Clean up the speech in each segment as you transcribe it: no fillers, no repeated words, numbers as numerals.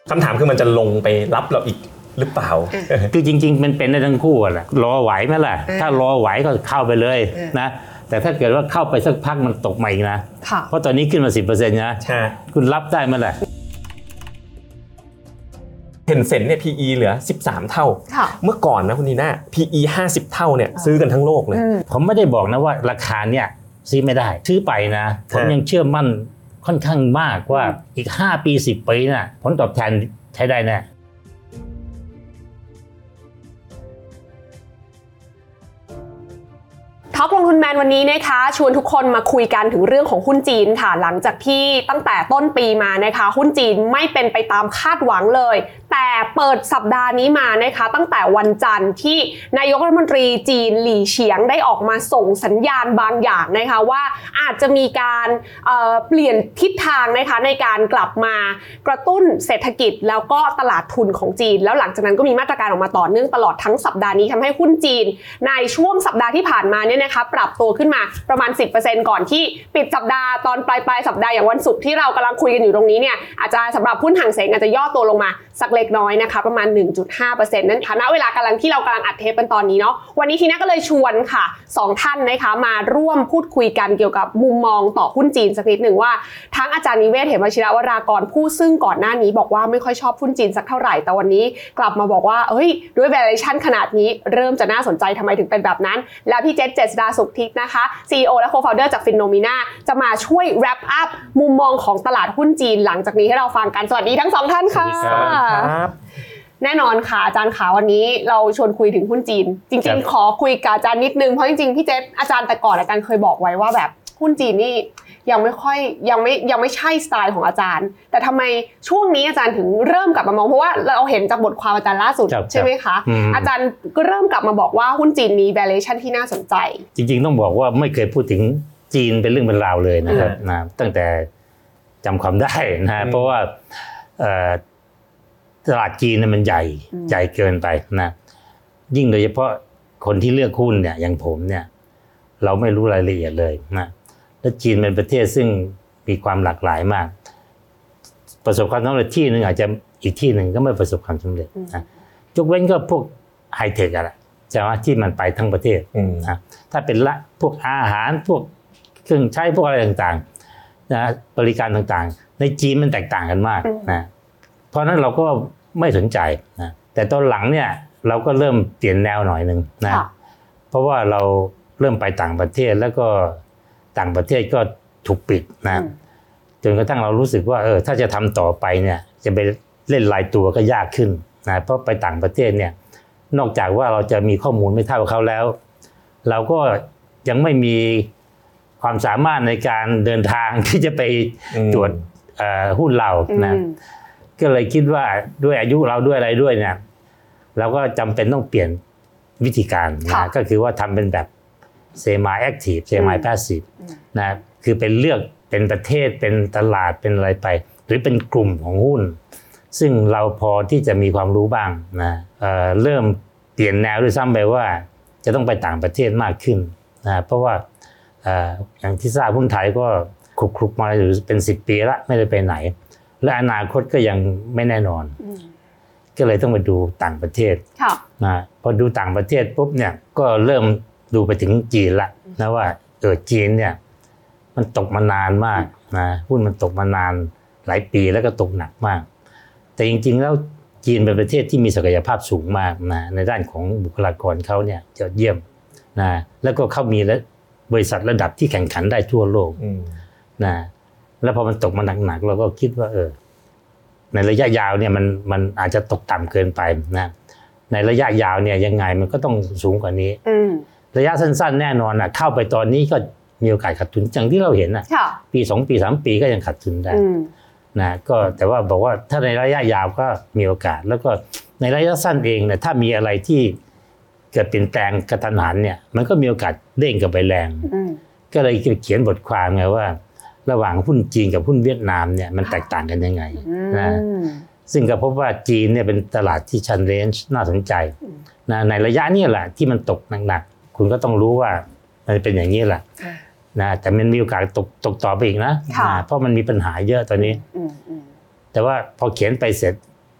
คำถามคือมันจะลงไปรับเราอีกหรือเปล่าคือจริงๆมันเป็นได้ทั้งคู่แหละรอไหวไหมล่ะถ้ารอไหวก็เข้าไปเลยนะแต่ถ้าเกิดว่าเข้าไปสักพักมันตกมาอีกนะเพราะตอนนี้ขึ้นมา 10% นะคุณรับได้ไหมล่ะ Tencentเนี่ย PE เหลือ13เท่าเมื่อก่อนนะคุณนีน่า PE 50เท่าเนี่ยซื้อกันทั้งโลกเลยผมไม่ได้บอกนะว่าราคาเนี่ยซื้อไม่ได้ซื้อไปนะผมยังเชื่อมั่นค่อนข้างมากว่าอีก5ปี10ปีน่ะผลตอบแทนใช้ได้แน่ท็อปลงทุนแมนวันนี้นะคะชวนทุกคนมาคุยกันถึงเรื่องของหุ้นจีนค่ะหลังจากที่ตั้งแต่ต้นปีมานะคะหุ้นจีนไม่เป็นไปตามคาดหวังเลยแต่เปิดสัปดาห์นี้มานะคะตั้งแต่วันจันทร์ที่นายกรัฐมนตรีจีนหลี่เฉียงได้ออกมาส่งสัญญาณบางอย่างนะคะว่าอาจจะมีการเปลี่ยนทิศทางนะคะในการกลับมากระตุ้นเศรษฐกิจแล้วก็ตลาดทุนของจีนแล้วหลังจากนั้นก็มีมาตรการออกมาต่อเนื่องตลอดทั้งสัปดาห์นี้ทำให้หุ้นจีนในช่วงสัปดาห์ที่ผ่านมาเนี่ยนะคะปรับตัวขึ้นมาประมาณ 10% ก่อนที่ปิดสัปดาห์ตอนปลายสัปดาห์อย่างวันศุกร์ที่เรากำลังคุยกันอยู่ตรงนี้เนี่ยอาจจะสำหรับหุ้นห่างเส็งอาจจะย่อตัวลงมาสักเล็กน้อยนะคะประมาณ 1.5% นั้นณเวลากำลังที่เรากำลังอัดเทปกันตอนนี้เนาะวันนี้ทีน่าก็เลยชวนค่ะ2ท่านนะคะมาร่วมพูดคุยกันเกี่ยวกับมุมมองต่อหุ้นจีนสักนิดหนึ่งว่าทั้งอาจารย์นิเวศน์เหมวชิรวรากรผู้ซึ่งก่อนหน้านี้บอกว่าไม่ค่อยชอบหุ้นจีนสักเท่าไหร่แต่วันนี้กลับมาบอกว่าด้วย valuation ขนาดนี้เริ่มจะน่าสนใจทำไมถึงเป็นแบบนั้นแล้วพี่เจษฎาสุขทิพย์นะคะ CEO และ Co-founder จาก Finomina จะมาช่วย wrap up มุมมองของตลาดหุ้นจีนหลังจากนี้ให้เราฟังกันสวัสดีทั้ง2ท่านค่ะสวัสดีครับแน่นอนค่ะอาจารย์ขาวันนี้เราชวนคุยถึงหุ้นจีนจริงๆขอคุยกับอาจารย์นิดนึงเพราะจริงๆพี่เจษอาจารย์แต่ก่อนอาจารย์เคยบอกไว้ว่าแบบหุ้นจีนนี่ยังไม่ใช่สไตล์ของอาจารย์แต่ทำไมช่วงนี้อาจารย์ถึงเริ่มกลับมามองเพราะว่าเราเห็นจากบทความอาจารย์ล่าสุดใช่ไหมคะอาจารย์ก็เริ่มกลับมาบอกว่าหุ้นจีนมี valuation ที่น่าสนใจจริงๆต้องบอกว่าไม่เคยพูดถึงจีนเป็นเรื่องเป็นราวเลยนะครับนะตั้งแต่จำความได้นะเพราะว่าตลาดจีนเนี่ยมันใหญ่เกินไปนะยิ่งโดยเฉพาะคนที่เลือกหุ้นเนี่ยอย่างผมเนี่ยเราไม่รู้รายละเอียดเลยนะและจีนเป็นประเทศซึ่งมีความหลากหลายมากประสบความสำเร็จที่นึงอาจจะอีกที่นึงก็ไม่ประสบความสำเร็จนะยกเว้นก็พวกไฮเทคอะไรใช่ไหมที่มันไปทั้งประเทศนะถ้าเป็นละพวกอาหารพวกเครื่องใช้พวกอะไรต่างๆนะบริการต่างๆในจีนมันแตกต่างกันมากนะเพราะนั้นเราก็ไม่สนใจนะแต่ตอนหลังเนี่ยเราก็เริ่มเปลี่ยนแนวหน่อยนึงนะเพราะว่าเราเริ่มไปต่างประเทศแล้วก็ต่างประเทศก็ถูกปิดนะจนกระทั่งเรารู้สึกว่าถ้าจะทำต่อไปเนี่ยจะไปเล่นรายตัวก็ยากขึ้นนะเพราะไปต่างประเทศเนี่ยนอกจากว่าเราจะมีข้อมูลไม่เท่าเขาแล้วเราก็ยังไม่มีความสามารถในการเดินทางที่จะไปตรวจหุ้นเรานะก็เลยคิดว่าด้วยอายุเราด้วยอะไรด้วยเนี่ยเราก็จำเป็นต้องเปลี่ยนวิธีการนะก็คือว่าทำเป็นแบบ semi active semi passive นะคือเป็นเลือกเป็นประเทศเป็นตลาดเป็นอะไรไปหรือเป็นกลุ่มของหุ้นซึ่งเราพอที่จะมีความรู้บ้างนะเริ่มเปลี่ยนแนวด้วยซ้ำไปว่าจะต้องไปต่างประเทศมากขึ้นนะเพราะว่าอย่างที่ทราบหุ้นไทยก็คลุกมาอยู่เป็น10 ปีแล้วไม่ได้ไปไหนและอนาคตก็ยังไม่แน่นอนก็เลยต้องไปดูต่างประเทศนะพอดูต่างประเทศปุ๊บเนี่ยก็เริ่มดูไปถึงจีนละนะว่าจีนเนี่ยมันตกมานานมากนะหุ้นมันตกมานานหลายปีแล้วก็ตกหนักมากแต่จริงๆแล้วจีนเป็นประเทศที่มีศักยภาพสูงมากนะในด้านของบุคลากรเขาเนี่ยยอดเยี่ยมนะแล้วก็เขามีบริษัทระดับที่แข่งขันได้ทั่วโลกนะแล้วพอมันตกมาหนักๆเราก็คิดว่าในระยะยาวเนี่ยมันอาจจะตกต่ำเกินไปนะในระยะยาวเนี่ยยังไงมันก็ต้องสูงกว่านี้ระยะสั้นๆแน่นอนนะเข้าไปตอนนี้ก็มีโอกาสขาดทุนอย่างที่เราเห็นนะปี2 ปี 3 ปีก็ยังขาดทุนได้นะก็แต่ว่าบอกว่าถ้าในระยะยาวก็มีโอกาสแล้วก็ในระยะสั้นเองเนี่ยถ้ามีอะไรที่เกิดเปลี่ยนแปลงกระทันหันเนี่ยมันก็มีโอกาสเด้งกลับไปแรงก็เลยเขียนบทความไงว่าระหว่างหุ้นจีนกับหุ้นเวียดนามเนี่ยมันแตกต่างกันยังไงนะซึ่งก็พบว่าจีนเนี่ยเป็นตลาดที่ชันเลนจ์น่าสนใจนะในระยะนี้แหละที่มันตกหนักๆคุณก็ต้องรู้ว่ามันเป็นอย่างนี้แหละนะแต่มันมีโอกาสตกต่อไปอีกนะเพราะมันมีปัญหาเยอะตอนนี้แต่ว่าพอเขียนไปเสร็จ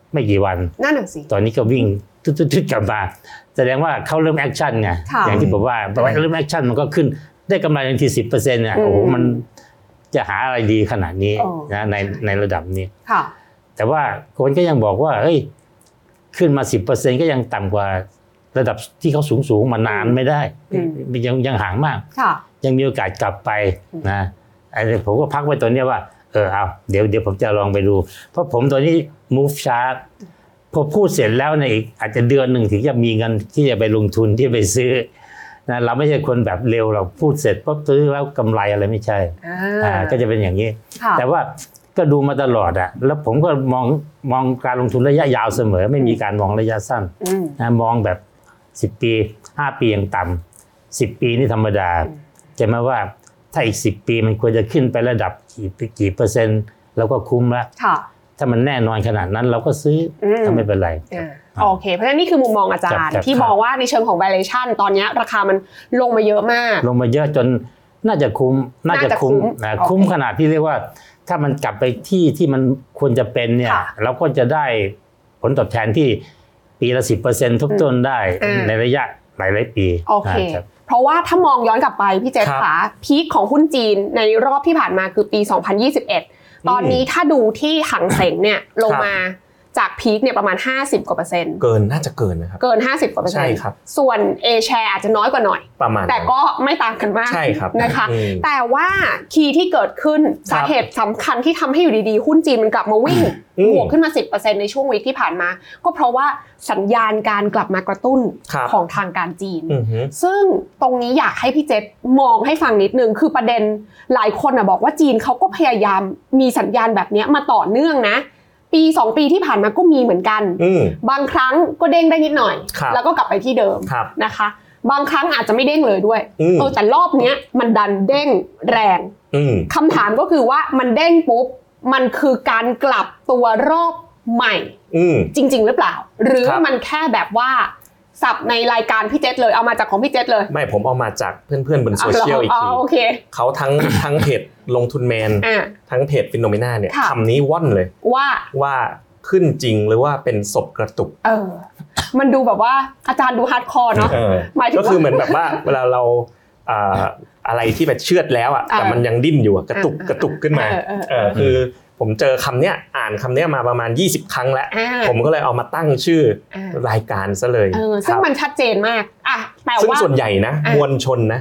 ไม่กี่วันนั่นน่ะสิตอนนี้ก็วิ่งทุดๆกลับมาแสดงว่าเขาเริ่มแอคชั่นไงอย่างที่ผมว่าเริ่มแอคชั่นมันก็ขึ้นได้กำไรทันที 10% เนี่ยโอ้โหมันจะหาอะไรดีขนาดนี้นะในระดับนี้แต่ว่าคนก็ยังบอกว่าเฮ้ยขึ้นมา 10% ก็ยังต่ำกว่าระดับที่เขาสูงมานานไม่ได้ยังห่างมากยังมีโอกาสกลับไปนะผมก็พักไว้ตัวนี้ว่าเอาเดี๋ยวผมจะลองไปดูเพราะผมตัวนี้ move ช้าพอพูดเสร็จแล้วในอีกอาจจะเดือนหนึ่งถึงจะมีเงินที่จะไปลงทุนที่ไปซื้อนะเราไม่ใช่คนแบบเร็วเราพูดเสร็จปุ๊บซื้อแล้วกำไรอะไรไม่ใช่ก็จะเป็นอย่างนี้แต่ว่าก็ดูมาตลอดแล้วผมก็มองการลงทุนระยะยาวเสมอไม่มีการมองระยะสั้นนะมองแบบ10 ปี5 ปีอย่างต่ำ10 ปีนี่ธรรมดาจะมาว่าถ้าอีก10 ปีมันควรจะขึ้นไประดับกี่เปอร์เซ็นต์เราก็คุ้มแล้วถ้ามันแน่นอนขนาดนั้นเราก็ซื้อก็ไม่เป็นไรโอเคเพราะฉะนั้นนี่คือมุมมองอาจารย์ที่มองว่าในเชิงของ valuation ตอนนี้ราคามันลงมาเยอะมากลงมาเยอะจนน่าจะคุ้มขนาดที่เรียกว่าถ้ามันกลับไปที่มันควรจะเป็นเนี่ยเราก็จะได้ผลตอบแทนที่ปีละ 10% ทบต้นได้ในระยะหลายปีโอเคเพราะว่าถ้ามองย้อนกลับไปพี่เจษค่ะพีคของหุ้นจีนในรอบที่ผ่านมาคือปี2021ตอนนี้ถ้าดูที่หังเส็งเนี่ยลงมาจากพีคเนี่ยประมาณ50%กว่าเกินน่าจะเกินนะครับเกิน50%กว่าใช่ครับส่วน A share อาจจะน้อยกว่าหน่อยประมาณแต่ก็ไม่ต่างกันมากใช่ครับนะคะแต่ว่าคีย์ที่เกิดขึ้นสาเหตุสำคัญที่ทำให้อยู่ดีๆหุ้นจีนมันกลับมาวิ่งบวกขึ้นมา 10% ในช่วงวีคที่ผ่านมาก็เพราะว่าสัญญาณการกลับมากระตุ้นของทางการจีนซึ่งตรงนี้อยากให้พี่เจษมองให้ฟังนิดนึงคือประเด็นหลายคนบอกว่าจีนเขาก็พยายามมีสัญญาณแบบนี้มาต่อเนื่องนะปี2 ปีที่ผ่านมาก็มีเหมือนกันบางครั้งก็เด้งได้นิดหน่อยแล้วก็กลับไปที่เดิมนะคะบางครั้งอาจจะไม่เด้งเลยด้วยแต่รอบนี้มันดันเด้งแรงคำถามก็คือว่ามันเด้งปุ๊บมันคือการกลับตัวรอบใหม่จริงๆหรือเปล่าหรือมันแค่แบบว่าสับในรายการพี่เจษเลยเอามาจากของพี่เจษเลยไม่ผมเอามาจากเพื่อนๆบนโซเชียลอีกทีเขาทั้งเพจลงทุนแมนทั้งเพจฟิโนเมนาเนี่ยคำนี้ว่อนเลยว่าขึ้นจริงหรือว่าเป็นศพกระตุกมันดูแบบว่าอาจารย์ดูฮาร์ดคอร์เนาะหมายถึงก็คือเหมือนแบบว่าเวลาเราอะไรที่แบบเชือดแล้วแต่มันยังดิ้นอยู่กระตุกขึ้นมาคือผมเจอคำเนี้ยอ่านคำเนี้ยมาประมาณ20 ครั้งแล้วผมก็เลยเอามาตั้งชื่อรายการซะเลยซึ่งมันชัดเจนมากแต่ว่าซึ่งส่วนใหญ่นะมวลชนนะ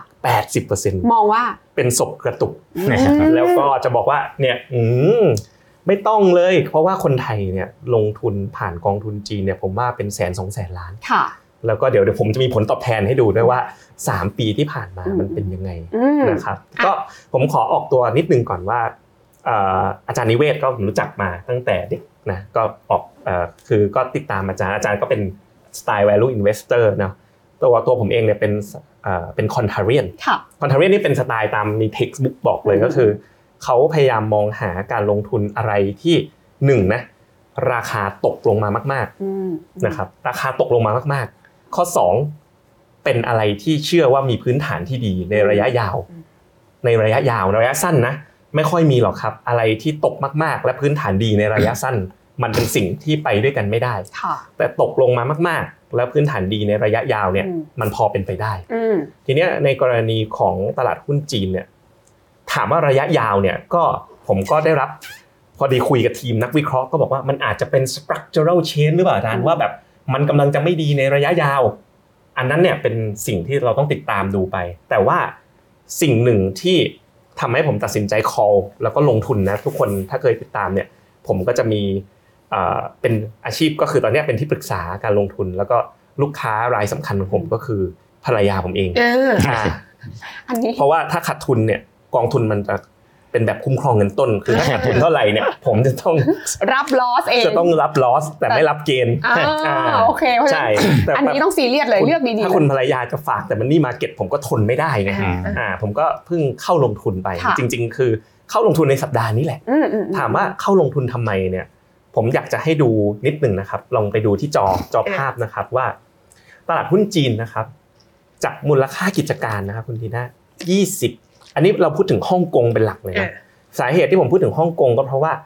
80% มองว่าเป็นศพกระตุกแล้วก็จะบอกว่าเนี่ยไม่ต้องเลยเพราะว่าคนไทยเนี่ยลงทุนผ่านกองทุนจีนเนี่ยผมว่าเป็น100-200 ล้านแล้วก็เดี๋ยวผมจะมีผลตอบแทนให้ดูด้วยว่า3 ปีที่ผ่านมามันเป็นยังไงนะครับก็ผมขอออกตัวนิดนึงก่อนว่าอาจารย์นิเวศก็ผมรู้จักมาตั้งแต่เด็กนะก็ออกคือก็ติดตามอาจารย์ก็เป็นสไตล์ value investor เนาะตัวผมเองเนี่ยเป็น contrarian นี่เป็นสไตล์ตามมี textbook บอกเลยก็คือเขาพยายามมองหาการลงทุนอะไรที่1นะราคาตกลงมามากๆนะครับราคาตกลงมามากๆข้อ2เป็นอะไรที่เชื่อว่ามีพื้นฐานที่ดีในระยะยาวในระยะสั้นนะไม่ค่อยมีหรอกครับอะไรที่ตกมากๆและพื้นฐานดีในระยะสั้นมันเป็นสิ่งที่ไปด้วยกันไม่ได้แต่ตกลงมามากๆแล้วพื้นฐานดีในระยะยาวเนี่ยมันพอเป็นไปได้ทีเนี้ยในกรณีของตลาดหุ้นจีนเนี่ยถามว่าระยะยาวเนี่ยก็ผมก็ได้รับพอดีคุยกับทีมนักวิเคราะห์ก็บอกว่ามันอาจจะเป็น structural change หรือเปล่าอาจารย์ว่าแบบมันกำลังจะไม่ดีในระยะยาวอันนั้นเนี่ยเป็นสิ่งที่เราต้องติดตามดูไปแต่ว่าสิ่งหนึ่งที่ทำให้ผมตัดสินใจ call แล้วก็ลงทุนนะทุกคนถ้าเคยติดตามเนี่ยผมก็จะมีเป็นอาชีพก็คือตอนนี้เป็นที่ปรึกษาการลงทุนแล้วก็ลูกค้ารายสำคัญของผมก็คือภรรยาผมเองอันนี้เพราะว่าถ้าขาดทุนเนี่ยกองทุนมันจะเป็นแบบคุ้มครองเงินต้นคือถ้าขาดทุนเท่าไหร่เนี่ยผมจะต้องรับ loss เองจะต้องรับ loss แต่ไม่รับเกณฑ์โอเคใช่อันนี้ต้องซีเรียสเลยเลือกดีๆถ้าคุณภรรยาจะฝากแต่มันนี่มาเก็ตผมก็ทนไม่ได้ไงผมก็เพิ่งเข้าลงทุนไปจริงๆคือเข้าลงทุนในสัปดาห์นี้แหละถามว่าเข้าลงทุนทำไมเนี่ยผมอยากจะให้ดูนิดนึงนะครับลองไปดูที่จอภาพนะครับว่าตลาดหุ้นจีนนะครับจากมูลค่ากิจการนะครับคุณทีน่า20อันนี้เราพูดถึงฮ่องกงเป็นหลักเลยนะสาเหตุที่ผมพูดถึงฮ่องกงก็เพราะว่า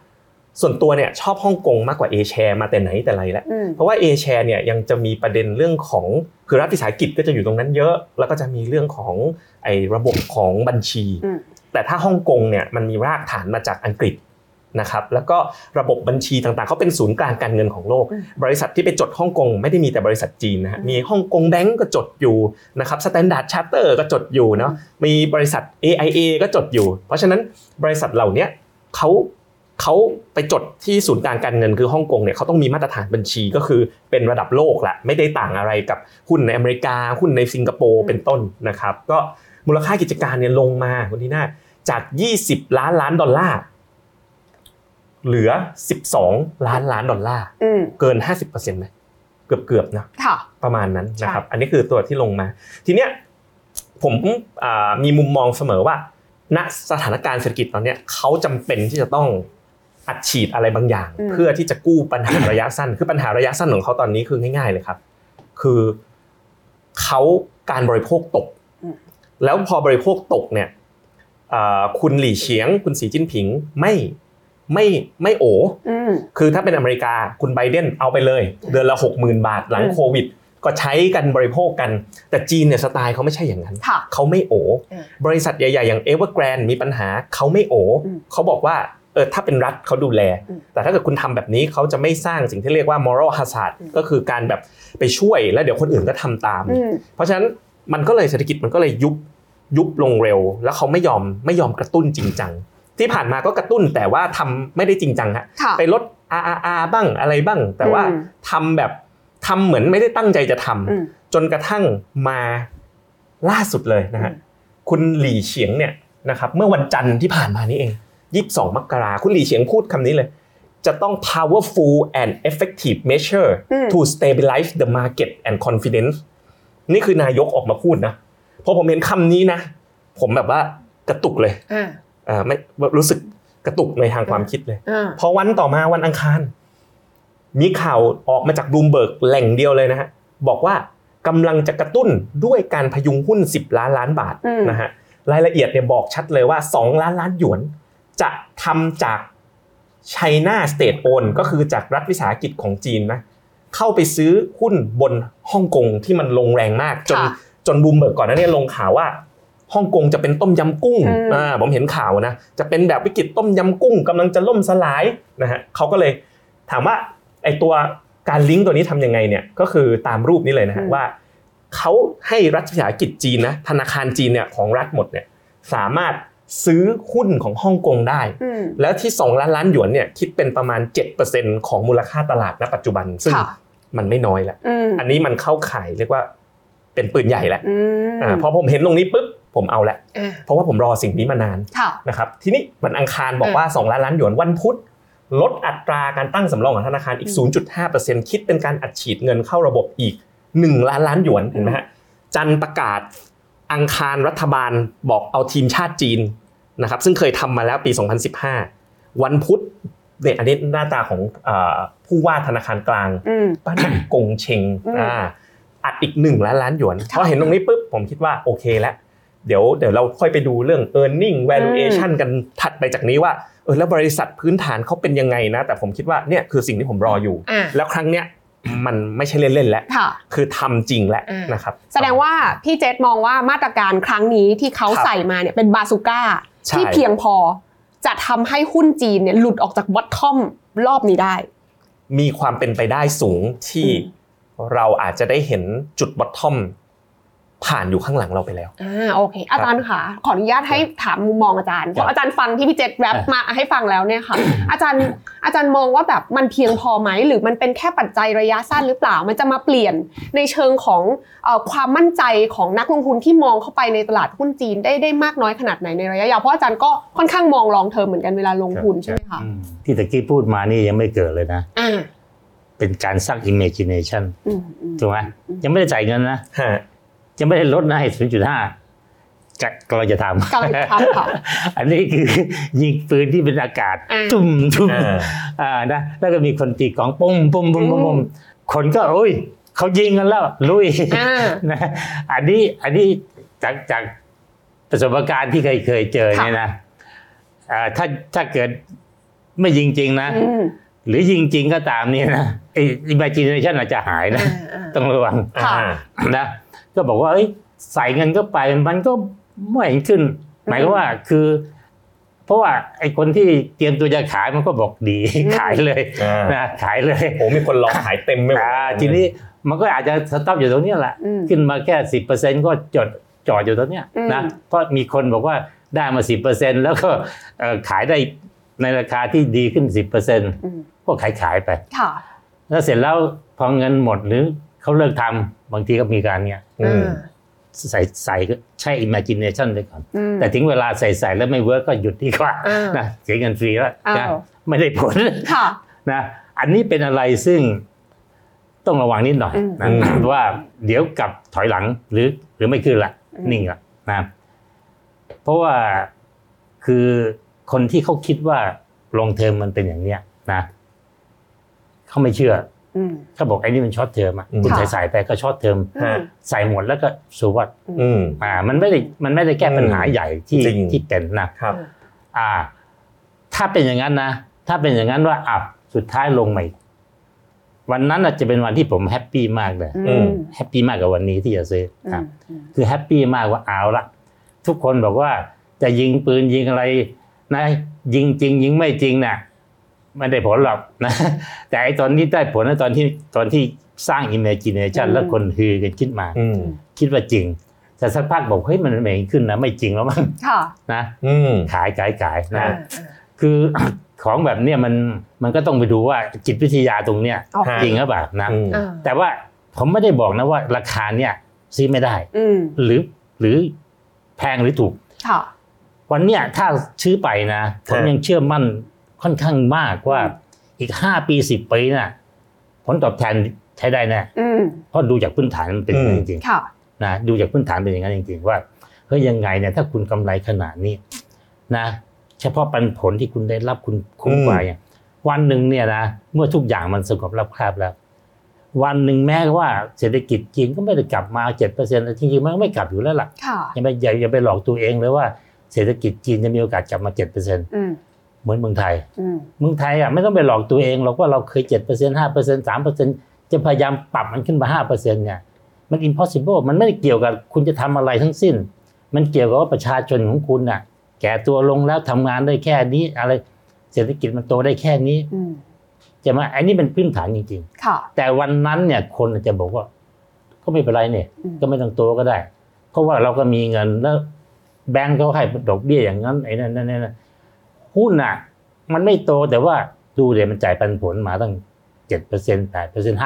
ส่วนตัวเนี่ยชอบฮ่องกงมากกว่า A share มาแต่ไหนแต่ไรแล้วเพราะว่า A share เนี่ยยังจะมีประเด็นเรื่องของคือรัฐวิสาหกิจก็จะอยู่ตรงนั้นเยอะแล้วก็จะมีเรื่องของไอ้ระบบของบัญชีแต่ถ้าฮ่องกงเนี่ยมันมีรากฐานมาจากอังกฤษนะครับแล้วก็ระบบบัญชีต่างๆเขาเป็นศูนย์กลางการเงินของโลกบริษัทที่ไปจดฮ่องกงไม่ได้มีแต่บริษัทจีนนะฮะมีฮ่องกงแบงก์ก็จดอยู่นะครับ Standard Charter ก็จดอยู่เนาะมีบริษัท AIA ก็จดอยู่เพราะฉะนั้นบริษัทเหล่านี้เขาไปจดที่ศูนย์กลางการเงินคือฮ่องกงเนี่ยเขาต้องมีมาตรฐานบัญชีก็คือเป็นระดับโลกแหละไม่ได้ต่างอะไรกับหุ้นในอเมริกาหุ้นในสิงคโปร์เป็นต้นนะครับก็มูลค่ากิจการเนี่ยลงมาคุณที่น่าจาก20ล้านล้านดอลลาร์เหลือ12ล้านล้านดอลลาร์เกิน 50% มั้ยเกือบๆนะประมาณนั้นนะครับอันนี้คือตัวที่ลงมาทีเนี้ยผมมีมุมมองเสมอว่าณสถานการณ์เศรษฐกิจตอนนี้เขาจำเป็นที่จะต้องอัดฉีดอะไรบางอย่างเพื่อที่จะกู้ปัญหาระยะสั้นคือปัญหาระยะสั้นของเขาตอนนี้คือง่ายๆเลยครับคือเขาการบริโภคตกแล้วพอบริโภคตกเนี่ยคุณหลี่เฉียงคุณสีจิ้นผิงไม่โอคือถ้าเป็นอเมริกาคุณไบเดนเอาไปเลยเดือนละ 60,000 บาทหลังโควิดก็ใช้กันบริโภคกันแต่จีนเนี่ยสไตล์เขาไม่ใช่อย่างนั้นเขาไม่โอบริษัทใหญ่ๆอย่าง Evergrande มีปัญหาเขาไม่โอเขาบอกว่าถ้าเป็นรัฐเขาดูแลแต่ถ้าเกิดคุณทำแบบนี้เขาจะไม่สร้างสิ่งที่เรียกว่า moral hazard ก็คือการแบบไปช่วยแล้วเดี๋ยวคนอื่นก็ทำตามเพราะฉะนั้นมันก็เลยเศรษฐกิจมันก็เลยยุบลงเร็วแล้วเขาไม่ยอมกระตุ้นจริงจังที่ผ่านมาก็กระตุ้นแต่ว่าทำไม่ได้จริงจังฮะไปลด RRR บ้างอะไรบ้างแต่ว่าทำเหมือนไม่ได้ตั้งใจจะทำจนกระทั่งมาล่าสุดเลยนะฮะคุณหลี่เฉียงเนี่ยนะครับเมื่อวันจันทร์ที่ผ่านมานี้เอง22 มกราคมคุณหลี่เฉียงพูดคำนี้เลยจะต้อง powerful and effective measure to stabilize the market and confidence นี่คือนายกออกมาพูดนะพอผมเห็นคำนี้นะผมแบบว่ากระตุกเลยไม่รู้สึกกระตุกในทางความคิดเลยพอวันต่อมาวันอังคารมีข่าวออกมาจากบลูมเบิร์กแหล่งเดียวเลยนะฮะบอกว่ากำลังจะกระตุ้นด้วยการพยุงหุ้น10ล้านล้านบาทนะฮะรายละเอียดเนี่ยบอกชัดเลยว่า2ล้านล้านหยวนจะทำจาก China State Owned ก็คือจากรัฐวิสาหกิจของจีนนะเข้าไปซื้อหุ้นบนฮ่องกงที่มันลงแรงมากจนบลูมเบิร์กก่อนหน้านี้ลงข่าวว่าฮ่องกงจะเป็นต้มยำกุ้งผมเห็นข่าวนะจะเป็นแบบวิกฤตต้มยำกุ้งกำลังจะล่มสลายนะฮะเขาก็เลยถามว่าไอตัวการลิงก์ตัวนี้ทำยังไงเนี่ยก็คือตามรูปนี้เลยนะฮะว่าเขาให้รัฐวิสาหกิจจีนนะธนาคารจีนเนี่ยของรัฐหมดเนี่ยสามารถซื้อหุ้นของฮ่องกงได้แล้วที่2ล้านล้านหยวนเนี่ยคิดเป็นประมาณ 7% ของมูลค่าตลาดณปัจจุบันซึ่งมันไม่น้อยแล้วอันนี้มันเข้าข่ายเรียกว่าเป็นปืนใหญ่แล้วพอผมเห็นตรงนี้ปุ๊บผมเอาละเพราะว่าผมรอสิ่งนี้มานานนะครับทีนี้วันอังคารบอกว่า2ล้านล้านหยวนวันพุธลดอัตราการตั้งสำรองของธนาคารอีก 0.5% คิดเป็นการอัดฉีดเงินเข้าระบบอีก1ล้านล้านหยวนเห็นไหมฮะจันทร์ประกาศอังคารรัฐบาลบอกเอาทีมชาติจีนนะครับซึ่งเคยทำมาแล้วปี2015วันพุธเนี่ยอันนี้หน้าตาของผู้ว่าธนาคารกลางป้านกงเชงอัดอีก1ล้านล้านหยวนพอเห็นตรงนี้ปุ๊บผมคิดว่าโอเคแล้วเดี๋ยวเราค่อยไปดูเรื่อง earning valuation กันถัดไปจากนี้ว่าแล้วบริษัทพื้นฐานเขาเป็นยังไงนะแต่ผมคิดว่าเนี่ยคือสิ่งที่ผมรออยู่แล้วครั้งเนี้ยมันไม่ใช่เล่นๆแล้วคือทำจริงแล้วนะครับแสดงว่าพี่เจษมองว่ามาตรการครั้งนี้ที่เขาใส่มาเนี่ยเป็นบาซูก้าที่เพียงพอจะทำให้หุ้นจีนเนี่ยหลุดออกจากบอททอมรอบนี้ได้มีความเป็นไปได้สูงที่เราอาจจะได้เห็นจุดบอททอมผ่านอยู่ข้างหลังเราไปแล้วโอเคอาจารย์ค่ะขออนุญาตให้ถามมุมมองอาจารย์เพราะอาจารย์ฟังที่พี่เจษแรปมาให้ฟังแล้วเนี่ยค่ะอาจารย์มองว่าแบบมันเพียงพอไหมหรือมันเป็นแค่ปัจจัยระยะสั้นหรือเปล่ามันจะมาเปลี่ยนในเชิงของความมั่นใจของนักลงทุนที่มองเข้าไปในตลาดหุ้นจีนได้มากน้อยขนาดไหนในระยะยาวเพราะอาจารย์ก็ค่อนข้างมองลองเทอมเหมือนกันเวลาลงทุนใช่ไหมคะที่ตะกี้พูดมานี่ยังไม่เกิดเลยนะเป็นการสร้าง imagination ถูกไหมยังไม่ได้จ่ายเงินนะยังไม่ได้ลดนะให้ 0.5 กำลังจะทำค่ะอันนี้คือยิงปืนที่เป็นอากาศตุ้มนะแล้วก็มีคนตีกลองปุ้มปุ้มปุ้มปุ้มคนก็โอ้ยเขายิงกันแล้วลุยนะอันนี้จากประสบการณ์ที่เคยเจอเนี่ยนะถ้าเกิดไม่ยิงจริงนะหรือยิงจริงก็ตามนี่นะimagination อาจจะหายนะต้องระวังนะก็บอกว่าใส่เงินก็ไปมันก็ไม่ขึ้นหมายความว่าคือเพราะว่าไอ้คนที่เตรียมตัวจะขายมันก็บอกดีขายเลยนะขายเลยโอ้มีคนรอขายเต็มไม่หมดทีนี้มันก็อาจจะสต็อปอยู่ตรงนี้แหละขึ้นมาแค่ 10% ก็จอดอยู่ตรงนี้นะเพราะมีคนบอกว่าได้มา 10% แล้วก็ขายได้ในราคาที่ดีขึ้น 10% ก็ขายไปแล้วเสร็จแล้วพอเงินหมดหรือเขาเลิกทำบางทีก็มีการเนี่ยใส่ก็ใช้ imagination ไปก่อนแต่ถึงเวลาใส่แล้วไม่เวิร์กก็หยุดดีกว่านะเสียเงินฟรีแล้วนะไม่ได้ผลนะอันนี้เป็นอะไรซึ่งต้องระวังนิดหน่อยนะว่าเดี๋ยวกลับถอยหลังหรือไม่ขึ้นละนิ่งละนะเพราะว่าคือคนที่เขาคิดว่าลงเทอมมันเป็นอย่างเนี้ยนะเขาไม่เชื่อเขาบอกไอ้นี่มันช็อตเทอมคุณใส่ไปก็ช็อตเทอมใส่หมดแล้วก็สูวัดมันไม่ได้แก้ปัญหาใหญ่ที่เป็นนะครับถ้าเป็นอย่างนั้นนะถ้าเป็นอย่างนั้นว่าสุดท้ายลงใหม่วันนั้นอาจจะเป็นวันที่ผมแฮปปี้มากเลยแฮปปี้มากกับวันนี้ที่จะซื้อคือแฮปปี้มากว่าเอาละทุกคนบอกว่าจะยิงปืนยิงอะไรนะยิงจริงยิงไม่จริงน่ะไม่ได้ผลหรอกนะแต่ไอ้ตอนนี้ได้ผลนะตอนที่สร้าง imagination แล้วคนฮือกันคิดมาคิดว่าจริงแต่สักพักบอกเฮ้ยมันไม่ขึ้นนะไม่จริงแล้วมั้งนะขายนะคือของแบบเนี้ยมันก็ต้องไปดูว่าจิตวิทยาตรงเนี้ยจริงหรือเปล่านะแต่ว่าผมไม่ได้บอกนะว่าราคาเนี้ยซื้อไม่ได้หรือแพงหรือถูกวันเนี้ยถ้าซื้อไปนะผมยังเชื่อมั่นค่อนข้างมากว่าอีก5 ปี 10 ปีน่ะผลตอบแทนใช้ได้แน่เพราะดูจากพื้นฐานมันเป็นอย่างนั้นจริงๆนะดูจากพื้นฐานเป็นอย่างนั้นจริงๆว่าเฮ้ยยังไงเนี่ยถ้าคุณกำไรขนาดนี้นะเฉพาะปันผลที่คุณได้รับคุณคุ้มกว่าวันหนึ่งเนี่ยนะเมื่อทุกอย่างมันสงบราบคาบแล้ววันหนึ่งแม้ว่าเศรษฐกิจจีนก็ไม่ได้กลับมา 7% จริงๆมันไม่กลับอยู่แล้วล่ะอย่าไปหลอกตัวเองเลยว่าเศรษฐกิจจีนจะมีโอกาสกลับมา 7%เหมือนเมืองไทยไม่ต้องไปหลอกตัวเองหรอกว่าเราเคย 7% 5% 3% จะพยายามปรับมันขึ้นมา 5% เนี่ยมัน impossible มันไม่ได้เกี่ยวกับคุณจะทำอะไรทั้งสิ้นมันเกี่ยวกับว่าประชาชนของคุณน่ะแก่ตัวลงแล้วทำงานได้แค่นี้อะไรเศรษฐกิจมันโตได้แค่นี้จะมาอันนี้เป็นพื้นฐานจริงๆแต่วันนั้นเนี่ยคนจะบอกว่าก็ไม่เป็นไรเนี่ยก็ไม่ต้องโตก็ได้เพราะว่าเราก็มีเงินแล้วแบงก์เขาให้ดอกเบี้ยอย่างนั้นไอ้นั่นหุ้นน่ะมันไม่โตแต่ว่าดูเดี๋ยวมันจ่ายปันผลมาตั้ง 7% 8%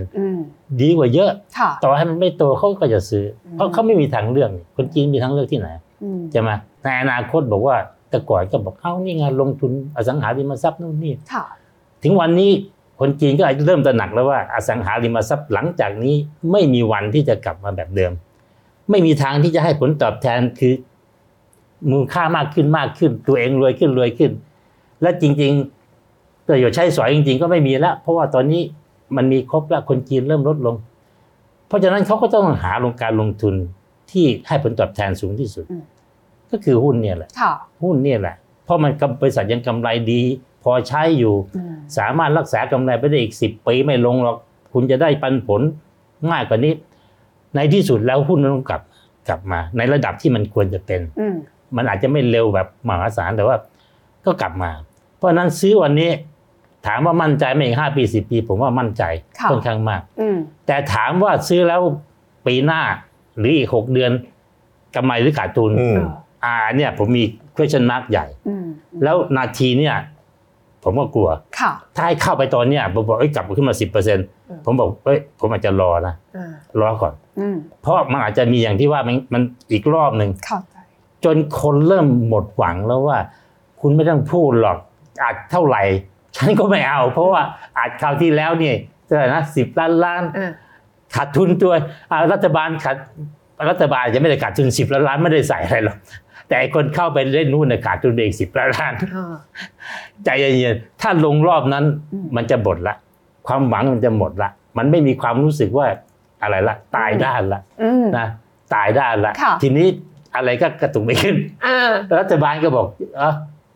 5% ดีกว่าเยอะต่อให้มันไม่โตเขาก็จะซื้อเพราะเขาไม่มีทางเลือกคนจีนมีทางเลือกที่ไหนใช่ไหมในอนาคตบอกว่าแต่ก่อนก็บอกนี่ไงลงทุนอสังหาริมทรัพย์นู่นนี่ถึงวันนี้คนจีนก็เริ่มตระหนักแล้วว่าอสังหาริมทรัพย์หลังจากนี้ไม่มีวันที่จะกลับมาแบบเดิมไม่มีทางที่จะให้ผลตอบแทนคือมูลค่ามากขึ้นตัวเองรวยขึ้นและจริงๆประโยชน์ใช้สอยจริงๆก็ไม่มีแล้วเพราะว่าตอนนี้มันมีครบแล้วคนจีนเริ่มลดลงเพราะฉะนั้นเขาก็ต้องหาการลงทุนที่ให้ผลตอบแทนสูงที่สุดก็คือหุ้นเนี่ยแหละหุ้นเนี่ยแหละเพราะมันบริษัทยังกำไรดีพอใช้อยู่สามารถรักษากำไรไปได้อีก10 ปีไม่ลงหรอกคุณจะได้ปันผลง่ายกว่านี้ในที่สุดแล้วหุ้นมันต้องกลับมาในระดับที่มันควรจะเป็นมันอาจจะไม่เร็วแบบมหาศาลแต่ว่าก็กลับมาเพราะนั้นซื้อวันนี้ถามว่ามั่นใจไหมอีก5 ปี 10 ปีผมว่ามั่นใจค่อนข้างมากแต่ถามว่าซื้อแล้วปีหน้าหรืออีก6 เดือนกำไรหรือขาดทุนเนี่ยผมมี question mark ใหญ่แล้วนาทีเนี่ยผมก็กลัวถ้าให้เข้าไปตอนเนี้ยผมบอกกลับขึ้นมา 10% ผมบอกผมอาจจะรอนะรอก่อนเพราะมันอาจจะมีอย่างที่ว่ามันอีกรอบนึงจนคนเริ่มหมดหวังแล้วว่าคุณไม่ต้องพูดหรอกอาจเท่าไหร่ฉันก็ไม่เอาเพราะว่าอาจคราวที่แล้วเนี่ยเท่าไหร่นะ10 ล้านขาดทุนตัวรัฐบาลจะไม่ได้ขาดทุน10 ล้านไม่ได้ใส่อะไรหรอกแต่คนเข้าไปเล่นนู่นขาดทุนเอง10 ล้านใจเย็นๆถ้าลงรอบนั้นมันจะหมดละความหวังมันจะหมดละมันไม่มีความรู้สึกว่าอะไรละตายด้านละนะตายด้านละทีนี้อะไรก็กระตุกไม่ขึ้นรัฐบาลก็บอก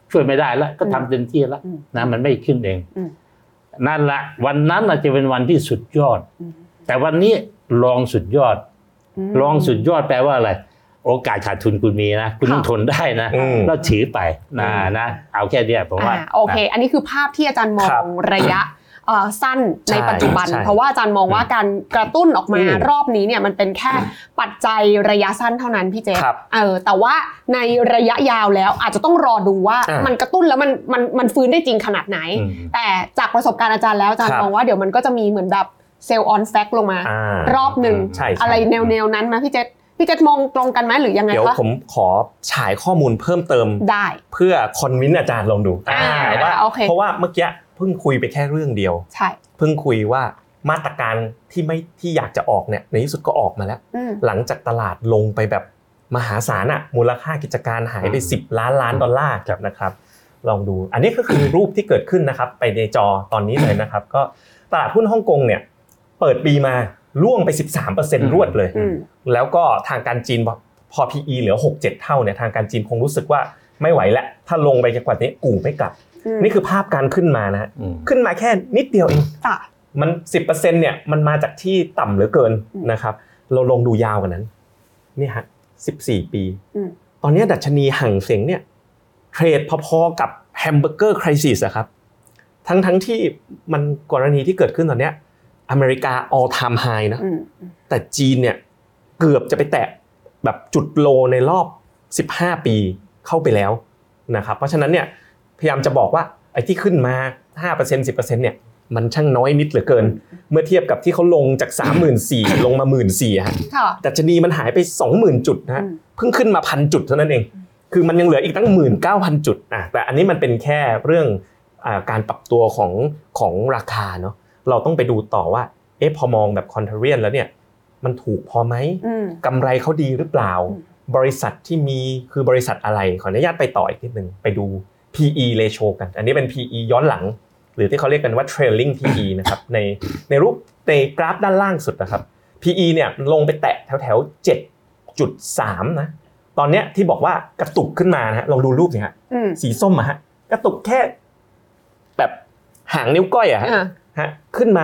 ช่วยไม่ได้แล้วก็ทำเต็มที่แล้วนะมันไม่ขึ้นเองนั่นละวันนั้นอาจจะเป็นวันที่สุดยอดแต่วันนี้ลองสุดยอดลองสุดยอดแปลว่าอะไรโอกาสขาดทุนคุณมีนะคุณต้องทนได้นะแล้วถือไปนะเอาแค่นี้ผมว่าโอเคอันนี้คือภาพที่อาจารย์มองระยะสั้นในปัจจุบันเพราะว่าอาจารย์มองว่าการกระตุ้นออกมารอบนี้เนี่ยมันเป็นแค่ปัจจัยระยะสั้นเท่านั้นพี่เจแต่ว่าในระยะยาวแล้วอาจจะต้องรอดูว่ามันกระตุ้นแล้วมันฟื้นได้จริงขนาดไหนแต่จากประสบการณ์อาจารย์แล้วอาจารย์มองว่าเดี๋ยวมันก็จะมีเหมือนแบบเซลล์ออนแฟกลงมารอบนึงอะไรแนวนั้นมั้ยพี่เจษมองตรงกันไหมหรือยังไงคะเดี๋ยวผมขอฉายข้อมูลเพิ่มเติมได้เพื่อคอนวินอาจารย์ลองดูว่าเพราะว่าเมื่อกี้เพิ่งคุยไปแค่เรื่องเดียวใช่เพิ่งคุยว่ามาตรการที่อยากจะออกเนี่ยในที่สุดก็ออกมาแล้วหลังจากตลาดลงไปแบบมหาศาลมูลค่ากิจการหายไป10 ล้านดอลลาร์นะครับลองดูอันนี้ก็คือรูปที่เกิดขึ้นนะครับไปในจอตอนนี้เลยนะครับก็ตลาดหุ้นฮ่องกงเนี่ยเปิดปีมาร่วงไป 13% รวดเลยแล้วก็ทางการจีนพอ PE เหลือ 6-7 เท่าเนี่ยทางการจีนคงรู้สึกว่าไม่ไหวแล้วถ้าลงไปกว่านี้กูไม่กลับนี่คือภาพการขึ้นมานะขึ้นมาแค่นิดเดียวเองมัน 10% เนี่ยมันมาจากที่ต่ำเหลือเกินนะครับเราลงดูยาวกว่านั้นนี่ฮะ14 ปีตอนนี้ดัชนีหั่งเส็งเนี่ยเทรดพอๆกับแฮมเบอร์เกอร์ไครซิสอะครับทั้งที่มันกรณีที่เกิดขึ้นตอนเนี้ยอเมริกา all time high นะแต่จีนเนี่ยเกือบจะไปแตะแบบจุดโลในรอบ15 ปีเข้าไปแล้วนะครับเพราะฉะนั้นเนี่ยพยายามจะบอกว่าไอ้ที่ขึ้นมา 5% 10% เนี่ยมันช่างน้อยนิดเหลือเกินเมื่อเทียบกับที่เขาลงจาก 34,000 ลงมา 14,000 ฮะดัชนีมันหายไป 20,000 จุดนะเพิ่งขึ้นมา 1,000 จุดเท่านั้นเองคือมันยังเหลืออีกตั้ง 19,000 จุดแต่อันนี้มันเป็นแค่เรื่องการปรับตัวของราคาเนาะเราต้องไปดูต่อว่าพอมองแบบคอนเทเรียนแล้วเนี่ยมันถูกพอไหมกำไรเขาดีหรือเปล่าบริษัทที่มีคือบริษัทอะไรขออนุญาตไปต่ออีกนิดนึงไปดู PE ratio กันอันนี้เป็น PE ย้อนหลังหรือที่เขาเรียกกันว่า trailing PE นะครับในรูปในกราฟด้านล่างสุดนะครับ PE เนี่ยลงไปแตะแถว 7.3 นะตอนเนี้ยที่บอกว่ากระตุกขึ้นมานะฮะลองดูรูปสิฮะสีส้มฮะกระตุกแค่แบบหางนิ้วก้อยฮะขึ้นมา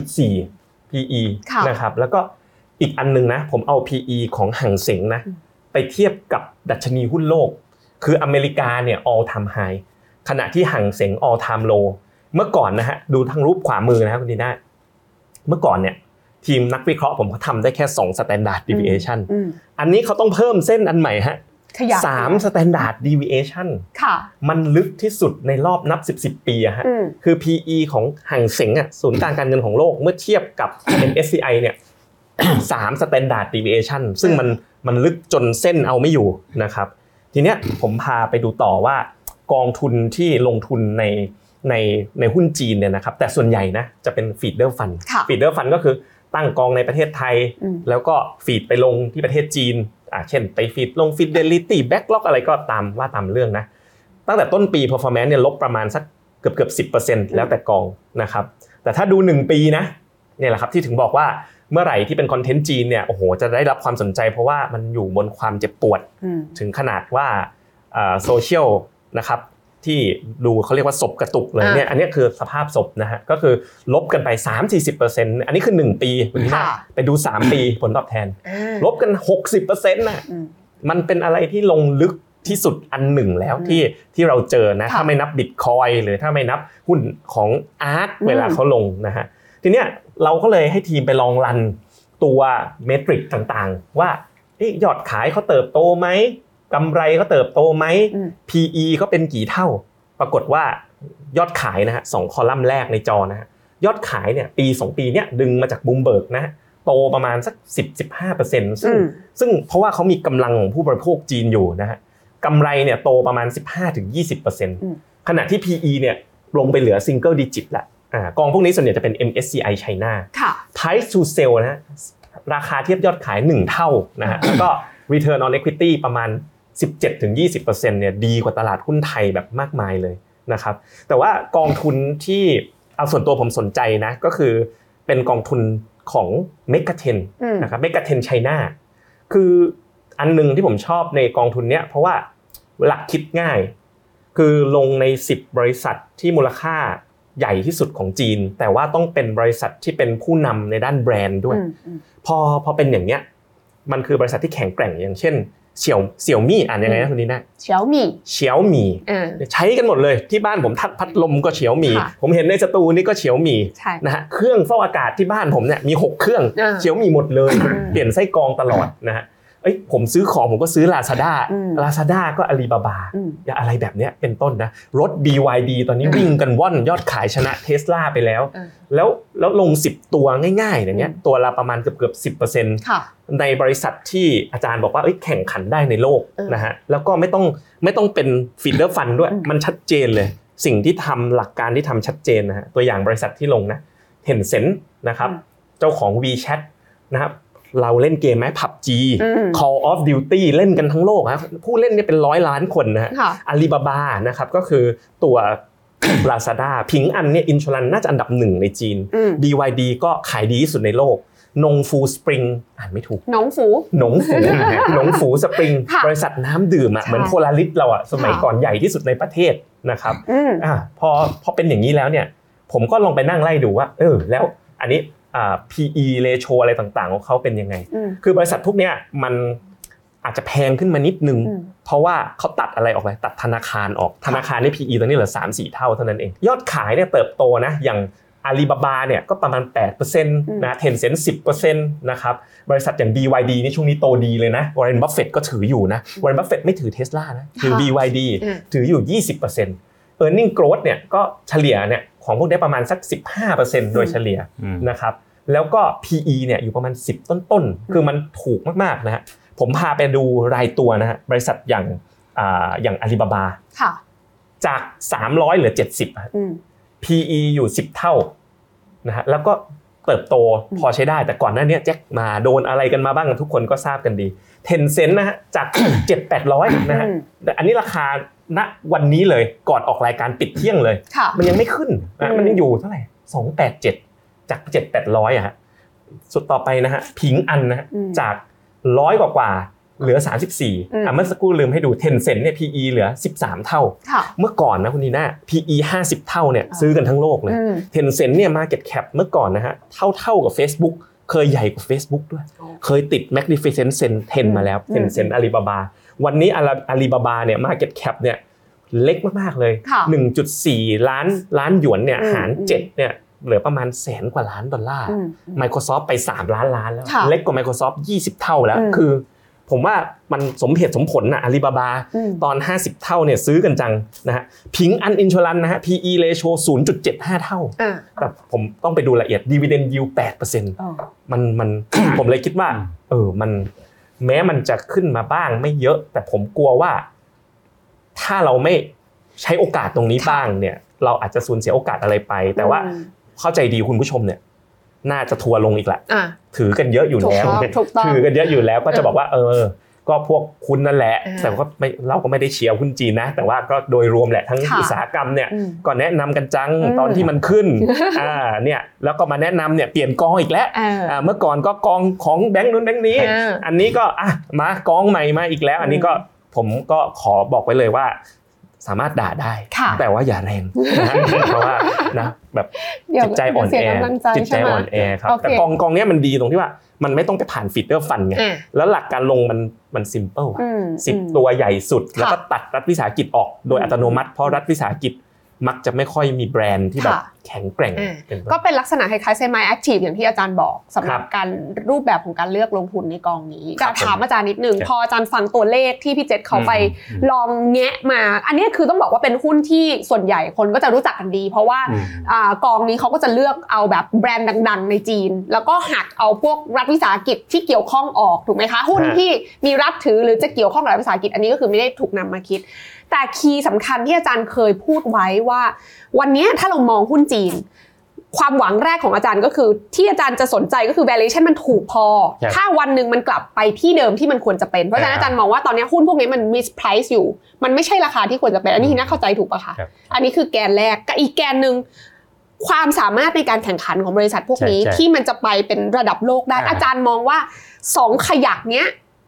7.4 PE นะครับแล้วก็อีกอันนึงนะผมเอา PE ของหั่งเส็งนะไปเทียบกับดัชนีหุ้นโลกคืออเมริกาเนี่ย all time high ขณะที่หั่งเส็ง all time low เมื่อก่อนนะฮะดูทางรูปขวามือนะคุณดีน่าเมื่อก่อนเนี่ยทีมนักวิเคราะห์ผมเขาทำได้แค่2 standard deviation อันนี้เขาต้องเพิ่มเส้นอันใหม่ฮะ3 standard deviation มันลึกที่สุดในรอบนับ10ปีอะฮะคือ PE ของหั่งเส็งศูนย์กลางการเงินของโลกเมื่อเทียบกับ MSCI เนี่ย3 standard deviation ซึ่งมันลึกจนเส้นเอาไม่อยู่นะครับทีเนี้ยผมพาไปดูต่อว่ากองทุนที่ลงทุนในหุ้นจีนเนี่ยนะครับแต่ส่วนใหญ่นะจะเป็น feeder fund feeder fund ก็คือตั้งกองในประเทศไทยแล้วก็ฟีดไปลงที่ประเทศจีนเช่นไปฟีดลง Fidelity Backlog อะไรก็ตามเรื่องนะตั้งแต่ต้นปี performance เนี่ยลบประมาณสักเกือบ 10% แล้วแต่กองนะครับแต่ถ้าดู1ปีนะเนี่ยแหละครับที่ถึงบอกว่าเมื่อไหร่ที่เป็นคอนเทนต์จีนเนี่ยโอ้โหจะได้รับความสนใจเพราะว่ามันอยู่บนความเจ็บปวดถึงขนาดว่าโซเชียลนะครับที่ดูเขาเรียกว่าศพกระตุกเลยเนี่ยอันนี้คือสภาพศพนะฮะก็คือลบกันไป 30-40% อันนี้คือ1ปีคุณพี่นาไปดู3ปีผลตอบแทนลบกัน 60% น่ะมันเป็นอะไรที่ลงลึกที่สุดอันหนึ่งแล้วที่เราเจอนะถ้าไม่นับ Bitcoin หรือถ้าไม่นับหุ้นของ ARK เวลาเขาลงนะฮะทีเนี้ยเราก็เลยให้ทีมไปลองรันตัวเมตริกต่างๆว่ายอดขายเขาเติบโตไหมกำไรเขาเติบโตไหม PE เขาเป็นกี่เท่าปรากฏว่ายอดขายนะฮะ2คอลัมน์แรกในจอนะฮะยอดขายเนี่ยปี2ปีเนี้ยดึงมาจากบูมเบิร์กนะโตประมาณสัก 10-15% ซึ่งเพราะว่าเขามีกำลังของผู้บริโภคจีนอยู่นะฮะกำไรเนี่ยโตประมาณ 15-20% ขณะที่ PE เนี่ยลงไปเหลือ single digit ละกองพวกนี้ส่วนใหญ่จะเป็น MSCI China price to sell นะราคาเทียบยอดขาย1เท่านะฮะแล้วก็ return on equity ประมาณ 17-20% เนี่ยดีกว่าตลาดหุ้นไทยแบบมากมายเลยนะครับแต่ว่ากองทุนที่เอาส่วนตัวผมสนใจนะก็คือเป็นกองทุนของ Megatrend นะครับ Megatrend China คืออันนึงที่ผมชอบในกองทุนเนี้ยเพราะว่าหลักคิดง่ายคือลงใน10บริษัทที่มูลค่าใหญ่ที่สุดของจีนแต่ว่าต้องเป็นบริษัทที่เป็นผู้นำในด้านแบรนด์ด้วยพอเป็นอย่างเนี้ยมันคือบริษัทที่แข็งแกร่งอย่างเช่นเสี่ยวมี่อ่านยังไงนะคุณนีน่าเสี่ยวมี่ใช้กันหมดเลยที่บ้านผมพัดลมก็เสี่ยวมี่ผมเห็นในสตูนี่ก็เสี่ยวมี่นะฮะเครื่องฟอกอากาศที่บ้านผมเนี่ยมี6เครื่องเสี่ยวมี่หมดเลยเปลี่ยนไส้กรองตลอดนะฮะผมซื้อของผมก็ซื้อ Lazada ก็ Alibaba อะไรแบบเนี้ยเป็นต้นนะรถ BYD ตอนนี้วิ่งกันว่อนยอดขายชนะ Tesla ไปแล้วลง10ตัวง่ายๆอย่างเงี้ยตัวละประมาณเกือบ 10% ในบริษัทที่อาจารย์บอกว่าแข่งขันได้ในโลกนะฮะแล้วก็ไม่ต้องเป็นฟีดเดอร์ฟันด้วยมันชัดเจนเลยสิ่งที่ทำหลักการที่ทำชัดเจนนะฮะตัวอย่างบริษัทที่ลงนะ Tencent นะครับเจ้าของ WeChat นะครับเราเล่นเกมไหม PUBG Call of Duty เล่นกันทั้งโลกฮะผู้เล่นเนี่ยเป็น100 ล้านคนนะฮะ Alibaba นะครับก็คือตัว Lazada ผิงอันเนี่ยอินชลันน่าจะอันดับ1ในจีน BYD ก็ขายดีที่สุดในโลกนงฟูสปริงอ่านไม่ถูกนงฟูสปริงบริษัทน้ำดื่มอ่ะเหมือนโพลาริสเราอ่ะสมัยก่อนใหญ่ที่สุดในประเทศนะครับพอเป็นอย่างนี้แล้วเนี่ยผมก็ลองไปนั่งไล่ดูว่าแล้วอันนี้PE ratio อะไรต่างๆของเขาเป็นยังไงคือบริษัทพวกเนี้ยมันอาจจะแพงขึ้นมานิดนึงเพราะว่าเขาตัดอะไรออกไปตัดธนาคารออกธนาคารใน PE ตอนนี้เหลือ 3-4 เท่าเท่านั้นเองยอดขายเนี่ยเติบโตนะอย่าง Alibaba เนี่ยก็ประมาณ 8% นะ Tencent 10% นะครับบริษัทอย่าง BYD นี่ช่วงนี้โตดีเลยนะ Warren Buffett ก็ถืออยู่นะ Warren Buffett ไม่ถือ Tesla นะถือ BYD ถืออยู่ 20% Earning Growth เนี่ยก็เฉลี่ยเนี่ยของพวกนี้ประมาณสัก 15% โดยเฉลี่ยนะครับแล้วก็ PE เนี่ยอยู่ประมาณ10ต้นๆคือมันถูกมากๆนะฮะผมพาไปดูรายตัวนะฮะบริษัทอย่าง Alibaba จาก300เหลือ70 PE อยู่10เท่านะฮะแล้วก็เติบโตพอใช้ได้แต่ก่อนหน้านี้แจ็คมาโดนอะไรกันมาบ้างทุกคนก็ทราบกันดี Tencent นะฮะจาก 7-800 นะฮะอันนี้ราคาณวันนี้เลยก่อนออกรายการปิดเที่ยงเลยมันยังไม่ขึ้นนะมันยังอยู่เท่าไหร่287จาก 7-800 อ่ะฮะสุดต่อไปนะฮะผิงอันนะฮะจาก100กว่าเหลือ34เมื่อสักครู่ลืมให้ดู Tencent เนี่ย PE เหลือ13เท่าเมื่อก่อนนะคุณนีน่า PE 50เท่าเนี่ยซื้อกันทั้งโลกเลย Tencent เนี่ย market cap เมื่อก่อนนะฮะเท่ากับ Facebook เคยใหญ่กว่า Facebook ด้วยเคยติด Magnificent 10มาแล้ว Tencent Alibaba วันนี้ Alibaba เนี่ย market cap เนี่ยเล็กมากๆเลย 1.4 ล้านหยวนเนี่ยหาร7เนี่ยเหลือประมาณ100,000 กว่าล้านดอลลาร์ Microsoft ไป3ล้านล้านแล้วเล็กกว่า Microsoft 20เท่าแล้วคือผมว่ามันสมเหตุสมผลนะ Alibaba ตอน50เท่าเนี่ยซื้อกันจังนะฮะพิงอันอินชอรันนะฮะ PE ratio 0.75 เท่าแต่ผมต้องไปดูละเอียด Dividend yield 8% มันผมเลยคิดว่ามันแม้มันจะขึ้นมาบ้างไม่เยอะแต่ผมกลัวว่าถ้าเราไม่ใช้โอกาสตรงนี้บ้างเนี่ยเราอาจจะสูญเสียโอกาสอะไรไปแต่ว่าเข้าใจดีคุณผู้ชมเนี่ยน่าจะทัวร์ลงอีกแหละถือกันเยอะอยู่แล้วถือกันเยอะอยู่แล้วก็จะบอกว่าก็พวกคุณนั่นแหละแต่ก็ไม่เราก็ไม่ได้เชียร์หุ้นจีนนะแต่ว่าก็โดยรวมแหละทั้งอุตสาหกรรมเนี่ยก็แนะนำกันจังตอนที่มันขึ้นเนี่ยแล้วก็มาแนะนำเนี่ยเปลี่ยนกองอีกแล้วเมื่อก่อนก็กองของแบงค์นู้นแบงค์นี้อันนี้ก็มากองใหม่มาอีกแล้วอันนี้ก็ผมก็ขอบอกไว้เลยว่าสามารถด่าได้แต่ว่าอย่าแรงเพราะว่านะแบบจิตใจอ่อนแอครับแต่กองเนี้ยมันดีตรงที่ว่ามันไม่ต้องไปผ่านฟีดเดอร์ฟันไงแล้วหลักการลงมันซิมเปิล10ตัวใหญ่สุดแล้วก็ตัดรัฐวิสาหกิจออกโดยอัตโนมัติเพราะรัฐวิสาหกิจมักจะไม่ค่อยมีแบรนด์ที่แบบแข็งแกร่งก็เป็นลักษณะคล้ายๆ semi active อย่างที่อาจารย์บอกสำหรับการรูปแบบของการเลือกลงทุนในกองนี้จะถามอาจารย์นิดนึงพออาจารย์ฟังตัวเลขที่พี่เจษเขาไปลองแงะมาอันนี้คือต้องบอกว่าเป็นหุ้นที่ส่วนใหญ่คนก็จะรู้จักกันดีเพราะว่ากองนี้เขาก็จะเลือกเอาแบบแบรนด์ดังๆในจีนแล้วก็หักเอาพวกรัฐวิสาหกิจที่เกี่ยวข้องออกถูกไหมคะหุ้นที่มีรัฐถือหรือจะเกี่ยวข้องกับรัฐวิสาหกิจอันนี้ก็คือไม่ได้ถูกนำมาคิดแต่คีย์สำคัญที่อาจารย์เคยพูดไว้ว่าวันนี้ถ้าเรามองหุ้นจีนความหวังแรกของอาจารย์ก็คือที่อาจารย์จะสนใจก็คือ valuation มันถูกพอถ้าวันนึงมันกลับไปที่เดิมที่มันควรจะเป็นเพราะฉะนั้นอาจารย์มองว่าตอนนี้หุ้นพวกนี้มัน misprice อยู่มันไม่ใช่ราคาที่ควรจะเป็นอันนี้น่าเข้าใจถูกป่ะคะอันนี้คือแกนแรกกับอีกแกนนึงความสามารถในการแข่งขันของบริษัทพวกนี้ที่มันจะไปเป็นระดับโลกได้อาจารย์มองว่า2ขยักเนี้ย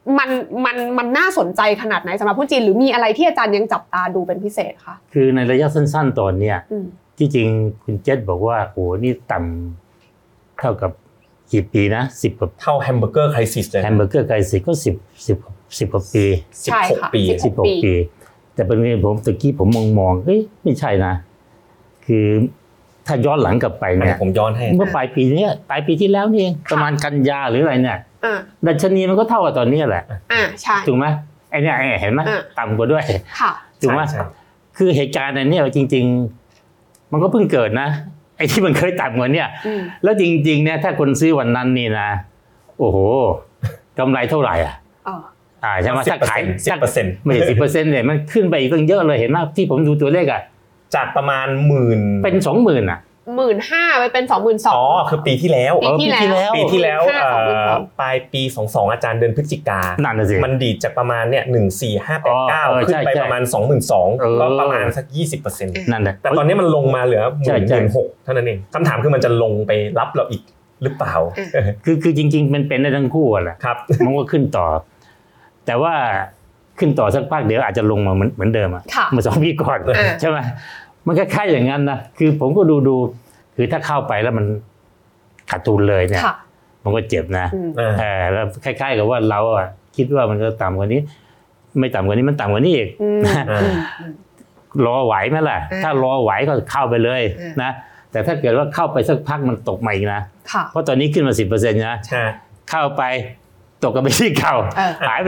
มันน่าสนใจขนาดไหนสำหรับหุ้นจีนหรือมีอะไรที่อาจารย์ยังจับตาดูเป็นพิเศษคะคือในระยะสั้นๆตอนเนี้ยที่จริงคุณเจษบอกว่าโอ้นี่ต่ำเท่ากับกี่ปีนะ10กว่าเท่าแฮมเบอร์เกอร์ไครซิสเลยแฮมเบอร์เกอร์ไครซิสก็10กว่าปี 16 ปี 16 ปีแต่เป็นไงผมตะกี้ผมมองเฮ้ยไม่ใช่นะคือถ้าย้อนหลังกลับไปเนี่ยผมย้อนให้เมื่อปลายปีนี้ปลายปีที่แล้วนี่เองประมาณกันยาหรืออะไรเนี่ยดัชนีมันก็เท่ากับตอนนี้แหละใช่ถูกไหมไอ้เนี่ยเห็นไหมต่ำกว่าด้วยถูกไหมคือเหตุการณ์อันนี้จริงๆมันก็เพิ่งเกิดนะไอ้ที่มันเคยต่ำกว่าเนี่ยแล้วจริงๆเนี่ยถ้าคนซื้อวันนั้นนี่นะโอ้โหกำไรเท่าไหร่ใช่ไหมถ้าขาย 10% ไม่ใช่10%เนี่ยมันขึ้นไปอีกตั้งเยอะเลยเห็นไหมที่ผมดูตัวเลขจากประมาณ10,000 เป็น 20,000 15,000ไปเป็น 22,000 คือปีที่แล้วปีที่แล้วปลายปี22อาจารย์เดือนพฤศจิกามันดีดจากประมาณเนี่ย14589ขึ้นไปประมาณ 22,000ก็ประมาณสัก 20% นั่นแหละแต่ตอนนี้มันลงมาเหลือ 16,000 เท่านั้นเองคำถามคือมันจะลงไปรับเราอีกหรือเปล่าคือจริงๆมันเป็นได้ทั้งคู่แหละครับมันก็ขึ้นต่อแต่ว่าขึ้นต่อสักพักเดี๋ยวอาจจะลงมาเหมือนเดิมเมื่อ2 ปีก่อนใช่ไหมมันคล้ายๆอย่างนั้นนะคือผมก็ดูคือถ้าเข้าไปแล้วมันขาดทุนเลยเนี่ยมันก็เจ็บนะแล้วคล้ายๆกับว่าเราคิดว่ามันจะต่ำกว่านี้ไม่ต่ำกว่านี้มันต่ำกว่านี้อีกรอไหวไหมล่ะถ้ารอไหวก็เข้าไปเลยนะแต่ถ้าเกิดว่าเข้าไปสักพักมันตกมาอีกนะเพราะตอนนี้ขึ้นมา 10% นะเข้าไปตกกันไปที่เก่าหายไป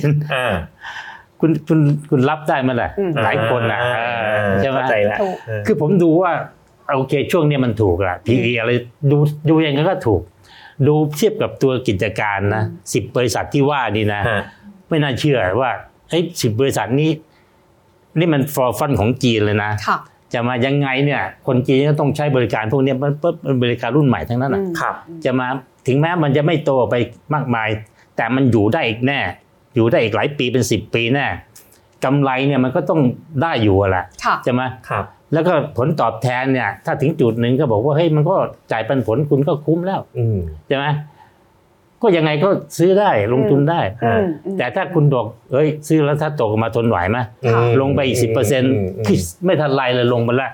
10%คุณรับได้มั้ยล่ะหลายคนน่ะใช่มั้ยคือผมดูว่าโอเคช่วงนี้มันถูกละ PE อะไรดูยังไงก็ถูกดูเทียบกับตัวกิจการนะ10บริษัทที่ว่านี่นะไม่น่าเชื่อว่าเฮ้ย10บริษัทนี้นี่มันฟอร์ฟันของจีนเลยนะจะมายังไงเนี่ยคนจีนก็ต้องใช้บริการพวกนี้เป็นบริการรุ่นใหม่ทั้งนั้นน่ะจะมาถึงแม้มันจะไม่โตไปมากมายแต่มันอยู่ได้อีกแน่อยู่ได้อีกหลายปีเป็น10 ปีแน่กำไรเนี่ยมันก็ต้องได้อยู่แหละใช่ไหมแล้วก็ผลตอบแทนเนี่ยถ้าถึงจุดหนึ่งก็บอกว่าเฮ้ยมันก็จ่ายปันผลคุณก็คุ้มแล้วใช่ไหมก็ยังไงก็ซื้อได้ลงทุนได้แต่ถ้าคุณบอกเอ้ยซื้อแล้วถ้าตกมาทนไหวไหมลงไปอีก 10% ที่ไม่ทันไรเลยลงไปละ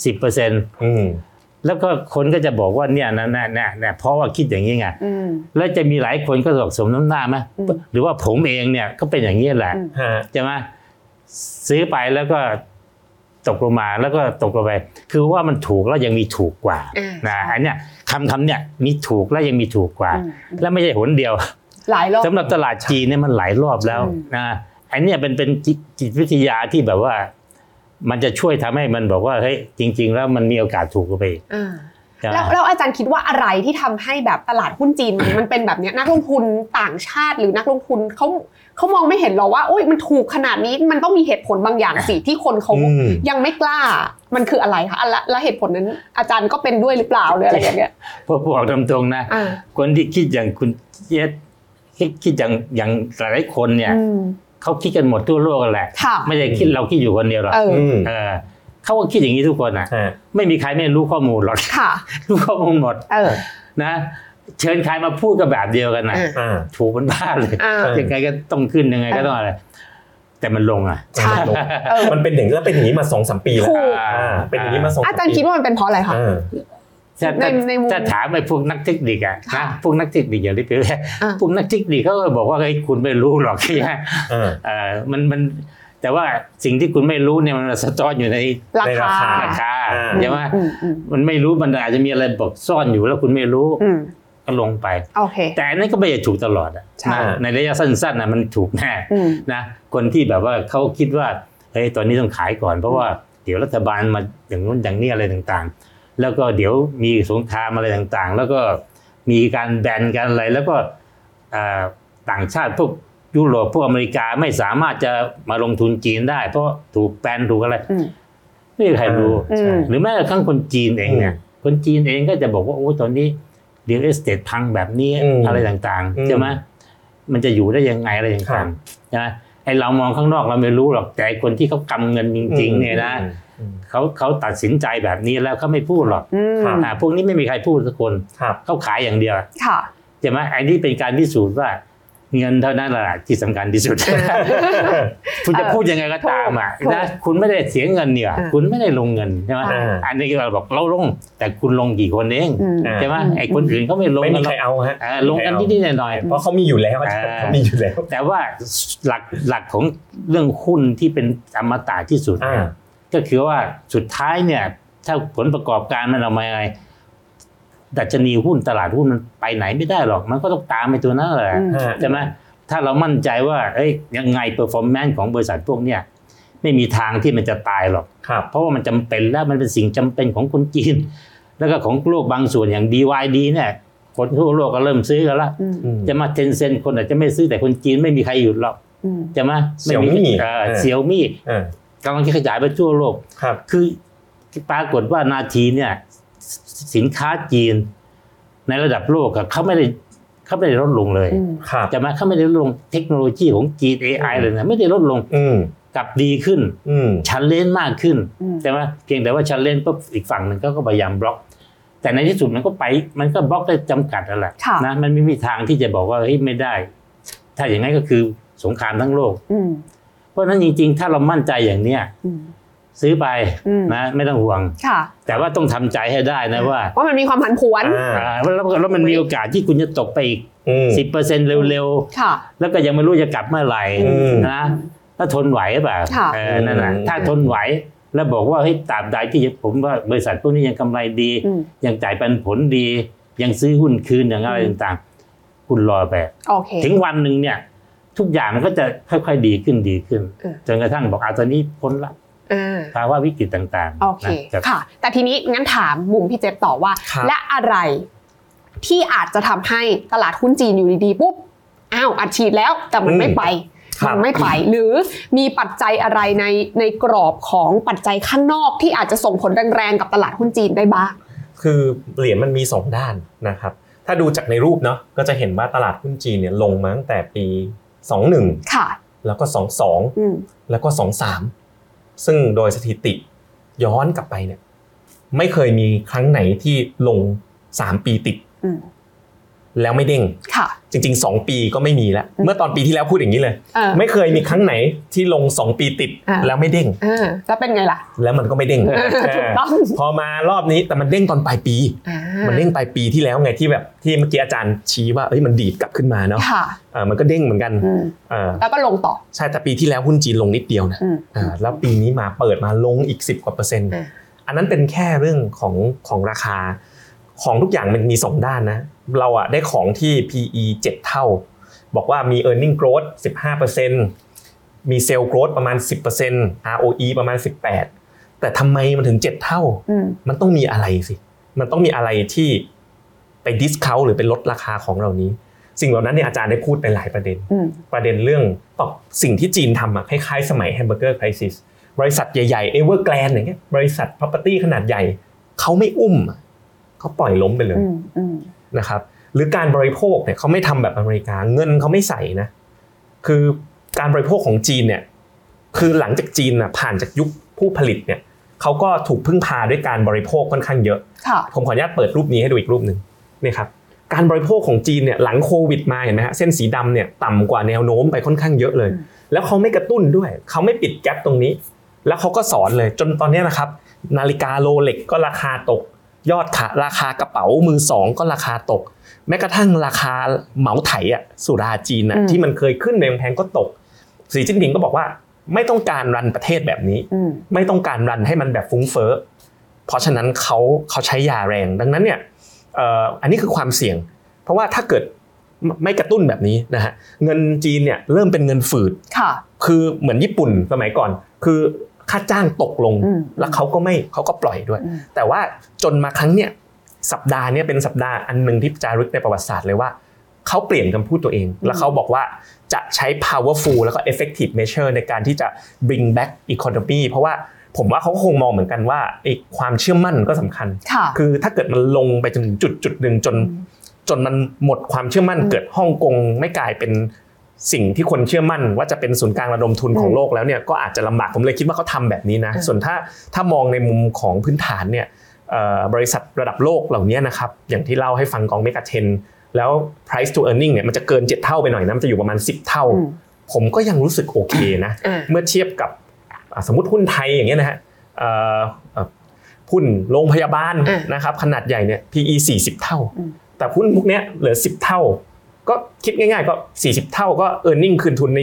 10%แล้วก็คนก็จะบอกว่าเนี่ยนะเพราะว่าคิดอย่างนี้ไงแล้วจะมีหลายคนก็บอกสมน้ำหน้าไหมหรือว่าผมเองเนี่ยก็เป็นอย่างนี้แหละใช่ไหมซื้อไปแล้วก็ตกลงมาแล้วก็ตกลงไปคือว่ามันถูกแล้วยังมีถูกกว่านะอันเนี้ยคำเนี่ยมีถูกแล้วยังมีถูกกว่าและไม่ใช่หนเดียวหลายรอบสำหรับตลาดจีนเนี่ยมันหลายรอบแล้วนะอันเนี้ยเป็นจิตวิทยาที่แบบว่ามันจะช่วยทำให้มันบอกว่าเฮ้ยจริงๆแล้วมันมีโอกาสถูกไปแล้วอาจารย์คิดว่าอะไรที่ทำให้แบบตลาดหุ้นจีนมันเป็นแบบนี้นักลงทุนต่างชาติหรือนักลงทุนเขามองไม่เห็นหรอว่าโอ๊ยมันถูกขนาดนี้มันต้องมีเหตุผลบางอย่างสิที่คนเขายังไม่กล้ามันคืออะไรคะแล้วเหตุผลนั้นอาจารย์ก็เป็นด้วยหรือเปล่าหรืออะไรอย่างเงี้ยพอบอกตรงๆนะคนที่คิดอย่างคุณเจษคิดอย่างหลายคนเนี่ยเขาคิดกันหมดทั่วโลกกันแหละไม่ใช่คิดเราคิดอยู่คนเดียวหรอกเขาก็คิดอย่างนี้ทุกคนนะไม่มีใครไม่รู้ข้อมูลหรอกรู้ข้อมูลหมดนะเชิญใครมาพูดกับแบบเดียวกันนะถูกเป็นบ้าเลยยังไงก็ต้องขึ้นยังไงก็ต้องอะไรแต่มันลงใช่มันเป็นอย่างนี้แล้วเป็นอย่างนี้มา 2-3 ปีแล้วเป็นอย่างนี้มา2-3 ปีอาจารย์คิดว่ามันเป็นเพราะอะไรคะจะถามไอ้พวกนักเทคนิคนะพวกนักเทคนิคอย่างที่เป็นพวกนักเทคนิคเขาก็บอกว่าเฮ้ยคุณไม่รู้หรอกใช่ไหมมันแต่ว่าสิ่งที่คุณไม่รู้เนี่ยมันสะท้อนอยู่ในราคาใช่ไหมมันไม่รู้มันอาจจะมีอะไรบอกซ่อนอยู่แล้วคุณไม่รู้ก็ลงไปแต่อันนั้นก็ไม่ได้ถูกตลอดในระยะสั้นๆนะมันถูกแน่นะคนที่แบบว่าเขาคิดว่าเฮ้ยตอนนี้ต้องขายก่อนเพราะว่าเดี๋ยวรัฐบาลมาอย่างนู้นอย่างนี้อะไรต่างๆแล้วก็เดี๋ยวมีสงครามอะไรต่างๆแล้วก็มีการแบนกันอะไรแล้วก็ต่างชาติพวกยุโรปพวกอเมริกาไม่สามารถจะมาลงทุนจีนได้เพราะถูกแบนถูกอะไรไม่มีใครรู้หรือแม้กระทั่งคนจีนเองเนี่ยคนจีนเองก็จะบอกว่าโอ้ตอนนี้เรียลเอสเตทพังแบบนี้อะไรต่างๆใช่ไหมมันจะอยู่ได้ยังไงอะไรต่างๆใช่ไหมไอเรามองข้างนอกเราไม่รู้หรอกแต่คนที่เขากำเงินจริงๆเนี่ยนะเขาตัดสินใจแบบนี้แล้วเขาไม่พูดหรอกพวกนี้ไม่มีใครพูดสักคนเขาขายอย่างเดียวใช่ไหมไอ้นี่เป็นการพิสูจน์ว่าเงินเท่านั้นแหละที่สำคัญที่สุดคุณจะพูดยังไงก็ตามอ่ะนะคุณไม่ได้เสียเงินเนี่ยคุณไม่ได้ลงเงินใช่ไหมอันนี้เราบอกเราลงแต่คุณลงกี่คนเองใช่ไหมไอ้คนอื่นเขาไม่ลงไม่มีใครเอาฮะลงกันนิดๆหน่อยเพราะเขามีอยู่แล้วเขามีอยู่แล้วแต่ว่าหลักของเรื่องหุ้นที่เป็นอมตะที่สุดก็คือว่าสุดท้ายเนี่ยถ้าผลประกอบการมันออกมาไงดัชนีหุ้นตลาดหุ้นมันไปไหนไม่ได้หรอกมันก็ต้องตามไปตัวนั้นแหละใช่ไหมถ้าเรามั่นใจว่ายังไง performance ของบริษัทพวกเนี้ยไม่มีทางที่มันจะตายหรอกเพราะว่ามันจำเป็นแล้วมันเป็นสิ่งจำเป็นของคนจีนแล้วก็ของโลกบางส่วนอย่าง BYD เนี่ยคนทั่วโลกก็เริ่มซื้อกันแล้วจะมาTencentคนอาจจะไม่ซื้อแต่คนจีนไม่มีใครหยุดหรอกใช่ไหมXiaomi กำลังจะขยายไปทั่วโลกคือปรากฏว่านาทีเนี่ยสินค้าจีนในระดับโลกเขาไม่ได้ลดลงเลยจะมาเขาไม่ได้ลดลงเทคโนโลยีของจีน AI เลยนะไม่ได้ลดลงกลับดีขึ้นชันเลนมากขึ้นใช่ไหมเพียงแต่ว่าชันเลนปุ๊บอีกฝั่งหนึ่งก็พยายามบล็อกแต่ในที่สุดมันก็บล็อกได้จำกัดแล้วแหละนะมันไม่มีทางที่จะบอกว่าเฮ้ยไม่ได้ถ้าอย่างนั้นก็คือสงครามทั้งโลกเพราะฉะนั้นจริงๆถ้าเรามั่นใจอย่างเนี้ยซื้อไปนะไม่ต้องห่วงแต่ว่าต้องทำใจให้ได้นะว่ามันมีความผันผวนแล้วมันมีโอกาสที่คุณจะตกไปอีก 10% เร็วๆแล้วก็ยังไม่รู้จะกลับเมื่อไหร่นะถ้าทนไหวเปล่านั่นแหละถ้าทนไหวแล้วบอกว่าเฮ้ยตราบใดที่ผมว่าบริษัทพวกนี้ยังกำไรดียังจ่ายปันผลดียังซื้อหุ้นคืนอย่างอะไรต่างๆคุณรอไปถึงวันหนึ่งเนี่ยทุกอย่างมันก็จะค่อยๆดีขึ้นจนกระทั่งบอกตอนนี้พ้นละภาวะวิกฤตต่างๆโอเคค่ะแต่ทีนี้งั้นถามมุมพี่เจฟต่อว่าและอะไรที่อาจจะทำให้ตลาดหุ้นจีนอยู่ดีๆปุ๊บอัดฉีดแล้วแต่มันไม่ไปหรือมีปัจจัยอะไรในกรอบของปัจจัยข้างนอกที่อาจจะส่งผลแรงๆกับตลาดหุ้นจีนได้บ้างคือเหรียญมันมี2ด้านนะครับถ้าดูจากในรูปเนาะก็จะเห็นว่าตลาดหุ้นจีนเนี่ยลงมาตั้งแต่ปี21ค่ะแล้วก็22แล้วก็23ซึ่งโดยสถิติย้อนกลับไปเนี่ยไม่เคยมีครั้งไหนที่ลง3ปีติดแล้วไม่เด้งจริงๆ2ปีก็ไม่มีแล้วเมื่อตอนปีที่แล้วพูดอย่างนี้เลยไม่เคยมีครั้งไหนที่ลง2ปีติดแล้วไม่เด้งแล้วเป็นไงล่ะแล้วมันก็ไม่เด้งพอมารอบนี้แต่มันเด้งตอนปลายปีมันเด้งปลายปีที่แล้วไงที่แบบที่เมื่อกี้อาจารย์ชี้ว่ามันดีดกลับขึ้นมาเนาะมันก็เด้งเหมือนกันแล้วก็ลงต่อใช่แต่ปีที่แล้วหุ้นจีนลงนิดเดียวนะแล้วปีนี้มาเปิดมาลงอีก10%กว่าอันนั้นเป็นแค่เรื่องของราคาของทุกอย่างมันมี2ด้านนะเราได้ของที่ PE 7 เท่าบอกว่ามี earning growth 15% มี sales growth ประมาณ 10% ROE ประมาณ 18% แต่ทำไมมันถึง7เท่ามันต้องมีอะไรสิมันต้องมีอะไรที่ไป discount หรือไปลดราคาของเหล่านี้สิ่งเหล่านั้นเนี่ยอาจารย์ได้พูดไปหลายประเด็นเรื่องสิ่งที่จีนทำคล้ายๆสมัย Hamburger Crisis บริษัทใหญ่ๆ Evergrande อย่างเงี้ยบริษัท property ขนาดใหญ่เขาไม่เขาปล่อยล้มไปเลยนะครับหรือการบริโภคเนี่ยเขาไม่ทำแบบอเมริกาเงินเขาไม่ใส่นะคือการบริโภคของจีนเนี่ยคือหลังจากจีนผ่านจากยุคผู้ผลิตเนี่ยเขาก็ถูกพึ่งพาด้วยการบริโภคค่อนข้างเยอะผมขออนุญาตเปิดรูปนี้ให้ดูอีกรูปนึงนี่ครับการบริโภคของจีนเนี่ยหลังโควิดมาเห็นไหมฮะเส้นสีดำเนี่ยต่ำกว่าแนวโน้มไปค่อนข้างเยอะเลยแล้วเขาไม่กระตุ้นด้วยเขาไม่ปิดแก๊ปตรงนี้แล้วเขาก็สอนเลยจนตอนนี้นะครับนาฬิกาโรเล็กก็ราคาตกยอดขายราคากระเป๋ามือ2ก็ราคาตกแม้กระทั่งราคาเหมาไถสุราจีนที่มันเคยขึ้นแพงๆก็ตกสีจิ้นผิงก็บอกว่าไม่ต้องการรันประเทศแบบนี้ไม่ต้องการรันให้มันแบบฟุ้งเฟ้อเพราะฉะนั้นเขาใช้ยาแรงดังนั้นเนี่ยอันนี้คือความเสี่ยงเพราะว่าถ้าเกิดไม่กระตุ้นแบบนี้นะฮะเงินจีนเนี่ยเริ่มเป็นเงินฝืดคือเหมือนญี่ปุ่นสมัยก่อนคือค่าจ้างตกลงแล้วเขาก็ปล่อยด้วยแต่ว่าจนมาครั้งเนี่ยสัปดาห์นี้เป็นสัปดาห์อันนึงที่จารึกในประวัติศาสตร์เลยว่าเขาเปลี่ยนคำพูดตัวเองแล้วเขาบอกว่าจะใช้ powerful แล้วก็ effective measure ในการที่จะ bring back economy เพราะว่าผมว่าเขาคงมองเหมือนกันว่าความเชื่อมั่นก็สำคัญคือถ้าเกิดมันลงไปจนถึงจุดนึงจนมันหมดความเชื่อมั่นเกิดฮ่องกงไม่กลายเป็นสิ่งที่คนเชื่อมั่นว่าจะเป็นศูนย์กลางระดมทุนของโลกแล้วเนี่ยก็อาจจะลำบากผมเลยคิดว่าเขาทำแบบนี้นะส่วนถ้ามองในมุมของพื้นฐานเนี่ยบริษัทระดับโลกเหล่านี้นะครับอย่างที่เล่าให้ฟังกองเมกะเทรนแล้ว price to earning เนี่ยมันจะเกิน7เท่าไปหน่อยนะมันจะอยู่ประมาณ10เท่าผมก็ยังรู้สึกโอเคนะเมื่อเทียบกับสมมุติหุ้นไทยอย่างเงี้ยนะฮะหุ้นโรงพยาบาลนะครับขนาดใหญ่เนี่ย PE 40เท่าแต่หุ้นพวกเนี้ยเหลือ10เท่าก็คิดง่ายๆก็40เท่าก็ earning คืนทุนใน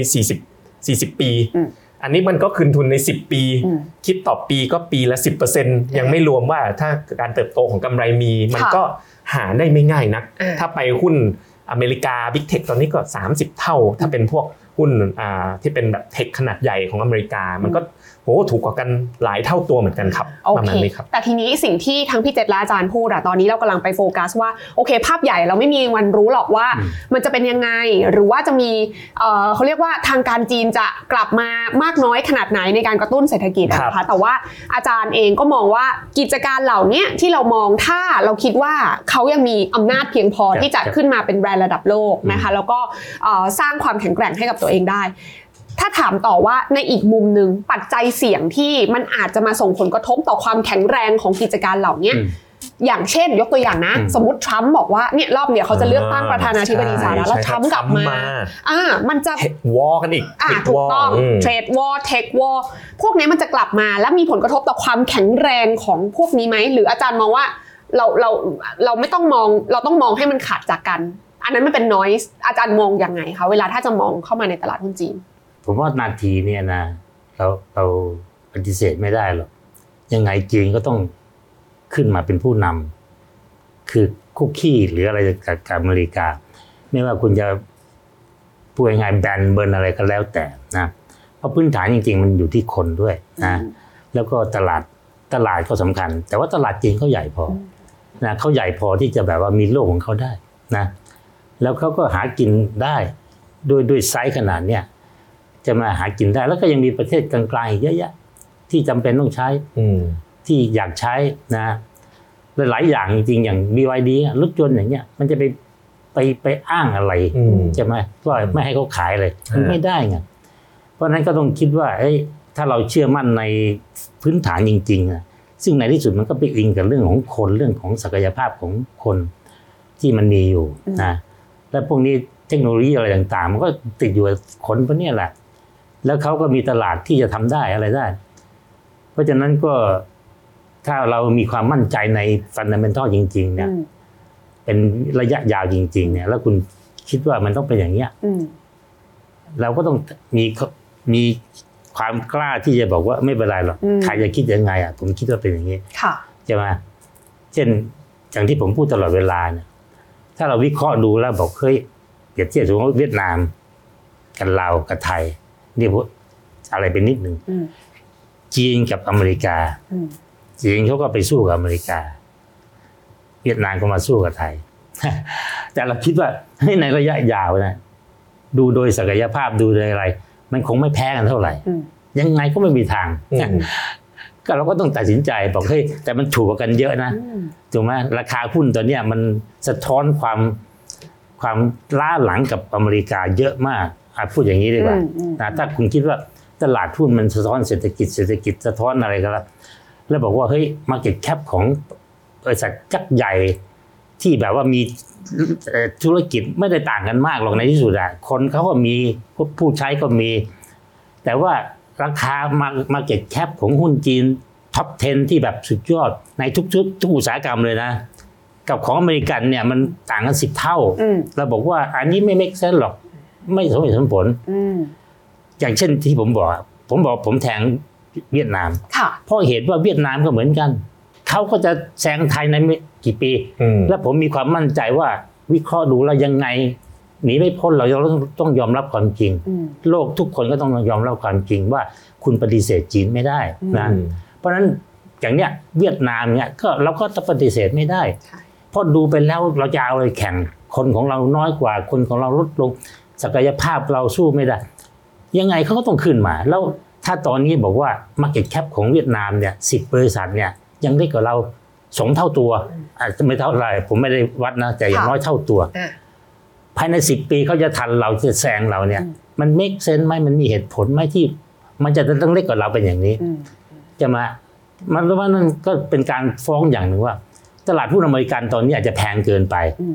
40ปีอันนี้มันก็คืนทุนใน10ปีคิดต่อปีก็ปีละ 10% ยังไม่รวมว่าถ้าการเติบโตของกำไรมีมันก็หาได้ไม่ง่ายนักถ้าไปหุ้นอเมริกา Big Tech ตอนนี้ก็30เท่าถ้าเป็นพวกหุ้นที่เป็นแบบเทคขนาดใหญ่ของอเมริกามันก็โหถูกกว่ากันหลายเท่าตัวเหมือนกันครับประมาณนี้ครับแต่ทีนี้สิ่งที่ทั้งพี่เจษและอาจารย์พูดตอนนี้เรากำลังไปโฟกัสว่าโอเคภาพใหญ่เราไม่มีวันรู้หรอกว่ามันจะเป็นยังไงหรือว่าจะมีเขาเรียกว่าทางการจีนจะกลับมามากน้อยขนาดไหนในการกระตุ้นเศรษฐกิจนะคะแต่ว่าอาจารย์เองก็มองว่ากิจการเหล่านี้ที่เรามองถ้าเราคิดว่าเขายังมีอำนาจเพียงพอที่จะขึ้นมาเป็นแบรนด์ระดับโลกนะคะแล้วก็สร้างความแข็งแกร่งให้กับตัวเองได้ถ้าถามต่อว่าในอีกมุมนึงปัจจัยเสี่ยงที่มันอาจจะมาส่งผลกระทบต่อความแข็งแรงของกิจการเหล่านี้อย่างเช่นยกตัวอย่างนะสมมติทรัมป์บอกว่าเนี่ยรอบเนี่ยเขาจะเลือกตั้งประธานาธิบดีสหรัฐแล้วทรัมป์กลับมามันจะวอร์กันอีกถูกต้องเทรดวอร์เทควอร์พวกนี้มันจะกลับมาแล้วมีผลกระทบต่อความแข็งแรงของพวกนี้ไหมหรืออาจารย์มองว่าเราไม่ต้องมองเราต้องมองให้มันขาดจากกันอันนั้นมันเป็น noise อาจารย์มองยังไงคะเวลาถ้าจะมองเข้ามาในตลาดหุ้นจีนผมว่านาทีเนี่ยนะเราปฏิเสธไม่ได้หรอกยังไงจีนก็ต้องขึ้นมาเป็นผู้นำคือคุกกี้หรืออะไรกับอเมริกาไม่ว่าคุณจะพูดง่ายๆแบนเบิร์นอะไรก็แล้วแต่นะเพราะพื้นฐานจริงๆมันอยู่ที่คนด้วยนะแล้วก็ตลาดก็สำคัญแต่ว่าตลาดจีนเขาใหญ่พอนะเขาใหญ่พอที่จะแบบว่ามีโลกของเขาได้นะแล้วเขาก็หากินได้ด้วยไซส์ขนาดเนี้ยจะมาหากินได้แล้วก็ยังมีประเทศกลางๆเยอะแยะที่จำเป็นต้องใช้ที่อยากใช้นะหลายอย่างจริงๆอย่าง BYD รถยนต์อย่างเงี้ยมันจะไปอ้างอะไรใช่ไหมว่าไม่ให้เขาขายเลยมันไม่ได้ไงเพราะนั้นก็ต้องคิดว่าถ้าเราเชื่อมั่นในพื้นฐานจริงๆซึ่งในที่สุดมันก็ไปอิงกับเรื่องของคนเรื่องของศักยภาพของคนที่มันมีอยู่นะและพวกนี้เทคโนโลยีอะไรต่างๆมันก็ติดอยู่กับคนพวกนี้แหละแล้วเขาก็มีตลาดที่จะทำได้อะไรได้เพราะฉะนั้นก็ถ้าเรามีความมั่นใจในฟันดาเมนทัลจริงๆเนี่ยเป็นระยะยาวจริงๆเนี่ยแล้วคุณคิดว่ามันต้องเป็นอย่างเนี้ยเราก็ต้องมีความกล้าที่จะบอกว่าไม่เป็นไรหรอกใครจะคิดยังไงผมคิดว่าเป็นอย่างนี้ใช่ไหมเช่นอย่างที่ผมพูดตลอดเวลาเนี่ยถ้าเราวิเคราะห์ดูแล้วบอกเฮ้ยเปรียบเทียบสมมติเวียดนามกับลาวกับไทยนี่อะไรเป็นนิดหนึ่งจีนกับอเมริกาจีนเขาก็ไปสู้กับอเมริกาเวียดนามก็มาสู้กับไทยแต่เราคิดว่าในระยะยาวนะดูโดยศักยภาพดูโดยอะไรมันคงไม่แพ้กันเท่าไหร่ยังไงก็ไม่มีทางก็เราก็ต้องตัดสินใจบอกเฮ้ยแต่มันถูกกว่ากันเยอะนะถูกไหมราคาหุ้นตอนนี้มันสะท้อนความล้าหลังกับอเมริกาเยอะมากพูดอย่างนี้ดีกว่าถ้าคุณคิดว่าตลาดหุ้นมันสะท้อนเศรษฐกิจสะท้อนอะไรก็แล้วบอกว่าเฮ้ย market cap ของบริษัทยักษ์ใหญ่ที่แบบว่ามีธุรกิจไม่ได้ต่างกันมากหรอกในที่สุดคนเขาก็มีผู้ใช้ก็มีแต่ว่าราคา market cap ของหุ้นจีนท็อป 10 ที่แบบสุดยอดในทุกอุตสาหกรรมเลยนะกับของอเมริกันเนี่ยมันต่างกัน10เท่าเราบอกว่าอันนี้ไม่ make sense หรอกไม่สมเหตุสมผลอย่างเช่นที่ผมแทงเวียดนามเพราะเหตุว่าเวียดนามก็เหมือนกันเขาก็จะแซงไทยในไม่กี่ปีและผมมีความมั่นใจว่าวิเคราะห์ดูแล้วยังไงหนีไม่พ้นเราต้องยอมรับความจริงโลกทุกคนก็ต้องยอมรับความจริงว่าคุณปฏิเสธจีนไม่ได้นะเพราะฉะนั้นอย่างเนี้ยเวียดนามเนี่ยก็เราก็ปฏิเสธไม่ได้เพราะดูไปแล้วเราจะเอาอะไรแข่งคนของเราน้อยกว่าคนของเราลดลงศักยภาพเราสู้ไม่ได้ยังไงเขาก็ต้องขึ้นมาแล้วถ้าตอนนี้บอกว่า market cap ของเวียดนามเนี่ย10บริษัทเนี่ยยังเล็กกว่าเรา2เท่าตัวอาจจะไม่เท่าไหร่ผมไม่ได้วัดนะแต่อย่างน้อยเท่าตัวภายใน10ปีเขาจะทันเราจะแซงเราเนี่ยมัน make sense ไหมมันมีเหตุผลไหมที่มันจะต้องเล็กกว่าเราเป็นอย่างนี้จะมามันว่านั่นก็เป็นการฟ้องอย่างหนึ่งว่าตลาดหุ้นอเมริกันตอนนี้อาจจะแพงเกินไป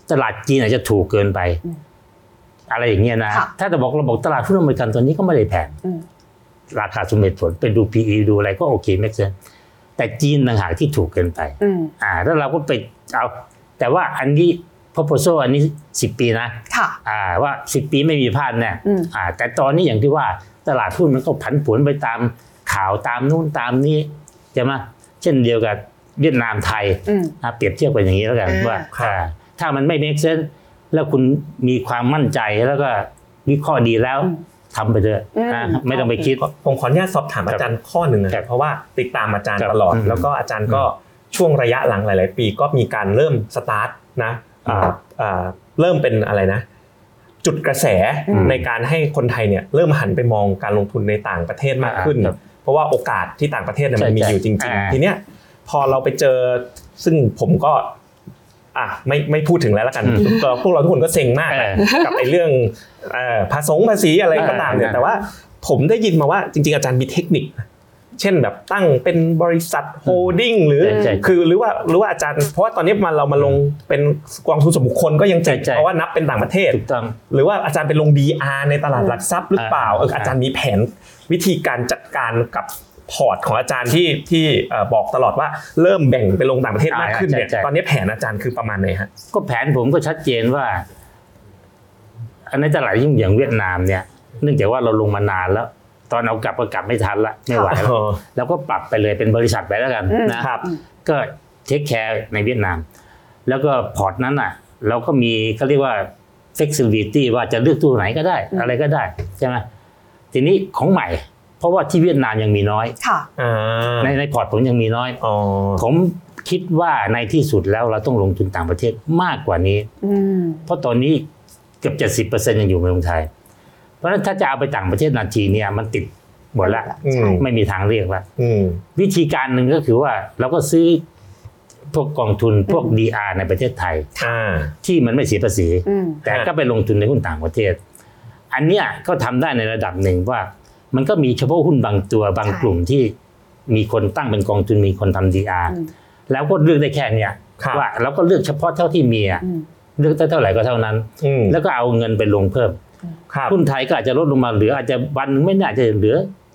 ตลาดจีนอาจจะถูกเกินไปอะไรอย่างเงี้ยนะถ้าเราบอกตลาดหุ้นอเมริกันตอนนี้ก็ไม่ได้แพงราคาสมเหตุผลเป็นดู PE ดูอะไรก็โอเคแม็กซ์แต่จีนต่างหากที่ถูกเกินไปแล้วเราก็ไปเอาแต่ว่าอันนี้ proposal อันนี้10 ปีนะว่า10 ปีไม่มีพลาดแน่แต่ตอนนี้อย่างที่ว่าตลาดหุ้นมันก็ผันผวนไปตามข่าวตามนู่นตามนี้ใช่ไหมเช่นเดียวกับเวียดนามไทยเปรียบเทียบกันอย่างนี้แล้วกันว่าถ้ามันไม่ make sense แล้วคุณมีความมั่นใจแล้วก็วิเคราะห์ดีแล้วทำไปเถอะไม่ต้องไปคิดผมขออนุญาตสอบถามอาจารย์ข้อหนึ่งนะเพราะว่าติดตามอาจารย์ตลอดแล้วก็อาจารย์ก็ช่วงระยะหลังหลายๆปีก็มีการเริ่มสตาร์ทนะเริ่มเป็นอะไรนะจุดกระแสในการให้คนไทยเนี่ยเริ่มหันไปมองการลงทุนในต่างประเทศมากขึ้นเพราะว่าโอกาสที่ต่างประเทศมันมีอยู่จริงๆทีเนี้ยพอเราไปเจอซึ่งผมก็ไม่พูดถึงแล้วละกันพวกเราทุกคนก็เซ็งมากกับไอ้เรื่องภาษีอะไรก็ตามเนี่ยแต่ว่าผมได้ยินมาว่าจริงๆอาจารย์มีเทคนิคเช่นแบบตั้งเป็นบริษัทโฮลดิ้งหรือคือหรือว่าอาจารย์เพราะว่าตอนนี้เรามาลงเป็นกองทุนส่วนบุคคลก็ยังเจ๋งเพราะว่านับเป็นต่างประเทศหรือว่าอาจารย์เป็นลง DR ในตลาดหลักทรัพย์หรือเปล่าอาจารย์มีแผนวิธีการจัดการกับพอร์ตของอาจารย์ที่บอกตลอดว่าเริ่มแบ่งไปลงต่างประเทศมากขึ้นเนี่ยตอนนี้แผนอาจารย์คือประมาณไหนฮะก็แผนผมก็ชัดเจนว่าในตลาดยิ่งอย่างเวียดนามเนี่ยเนื่องจากว่าเราลงมานานแล้วตอนเอากลับก็กลับไม่ทันละไม่ไหวแล้วก็ปรับไปเลยเป็นบริษัทไปแล้วกันนะครับก็เทคแคร์ในเวียดนามแล้วก็พอร์ตนั้นอ่ะเราก็มีเขาเรียกว่า flexibility ว่าจะเลือกตัวไหนก็ได้อะไรก็ได้ใช่ไหมทีนี้ของใหม่เพราะว่าที่เวียดนามยังมีน้อยในพอร์ตผมยังมีน้อยผมคิดว่าในที่สุดแล้วเราต้องลงทุนต่างประเทศมากกว่านี้เพราะตอนนี้เกือบ 70% ยังอยู่ในเมืองไทยเพราะฉะนั้นถ้าจะเอาไปต่างประเทศนาทีเนี่ยมันติดหมดละไม่มีทางเรียกละวิธีการหนึ่งก็คือว่าเราก็ซื้อพวกกองทุนพวก DR ในประเทศไทยที่มันไม่เสียภาษีแต่ก็ไปลงทุนในหุ้นต่างประเทศอันเนี้ยก็ทำได้ในระดับหนึ่งว่ามันก็มีเฉพาะหุ้นบางตัวบางกลุ่มที่มีคนตั้งเป็นกองทุนมีคนทำ DR แล้วก็เลือกได้แค่เนี้ยว่าเราก็เลือกเฉพาะเท่าที่มีเลือกเท่าไหร่ก็เท่านั้นแล้วก็เอาเงินไปลงเพิ่มหุ้นไทยก็อาจจะลดลงมาเหลืออาจจะวันนึงไม่น่าจะเหลือ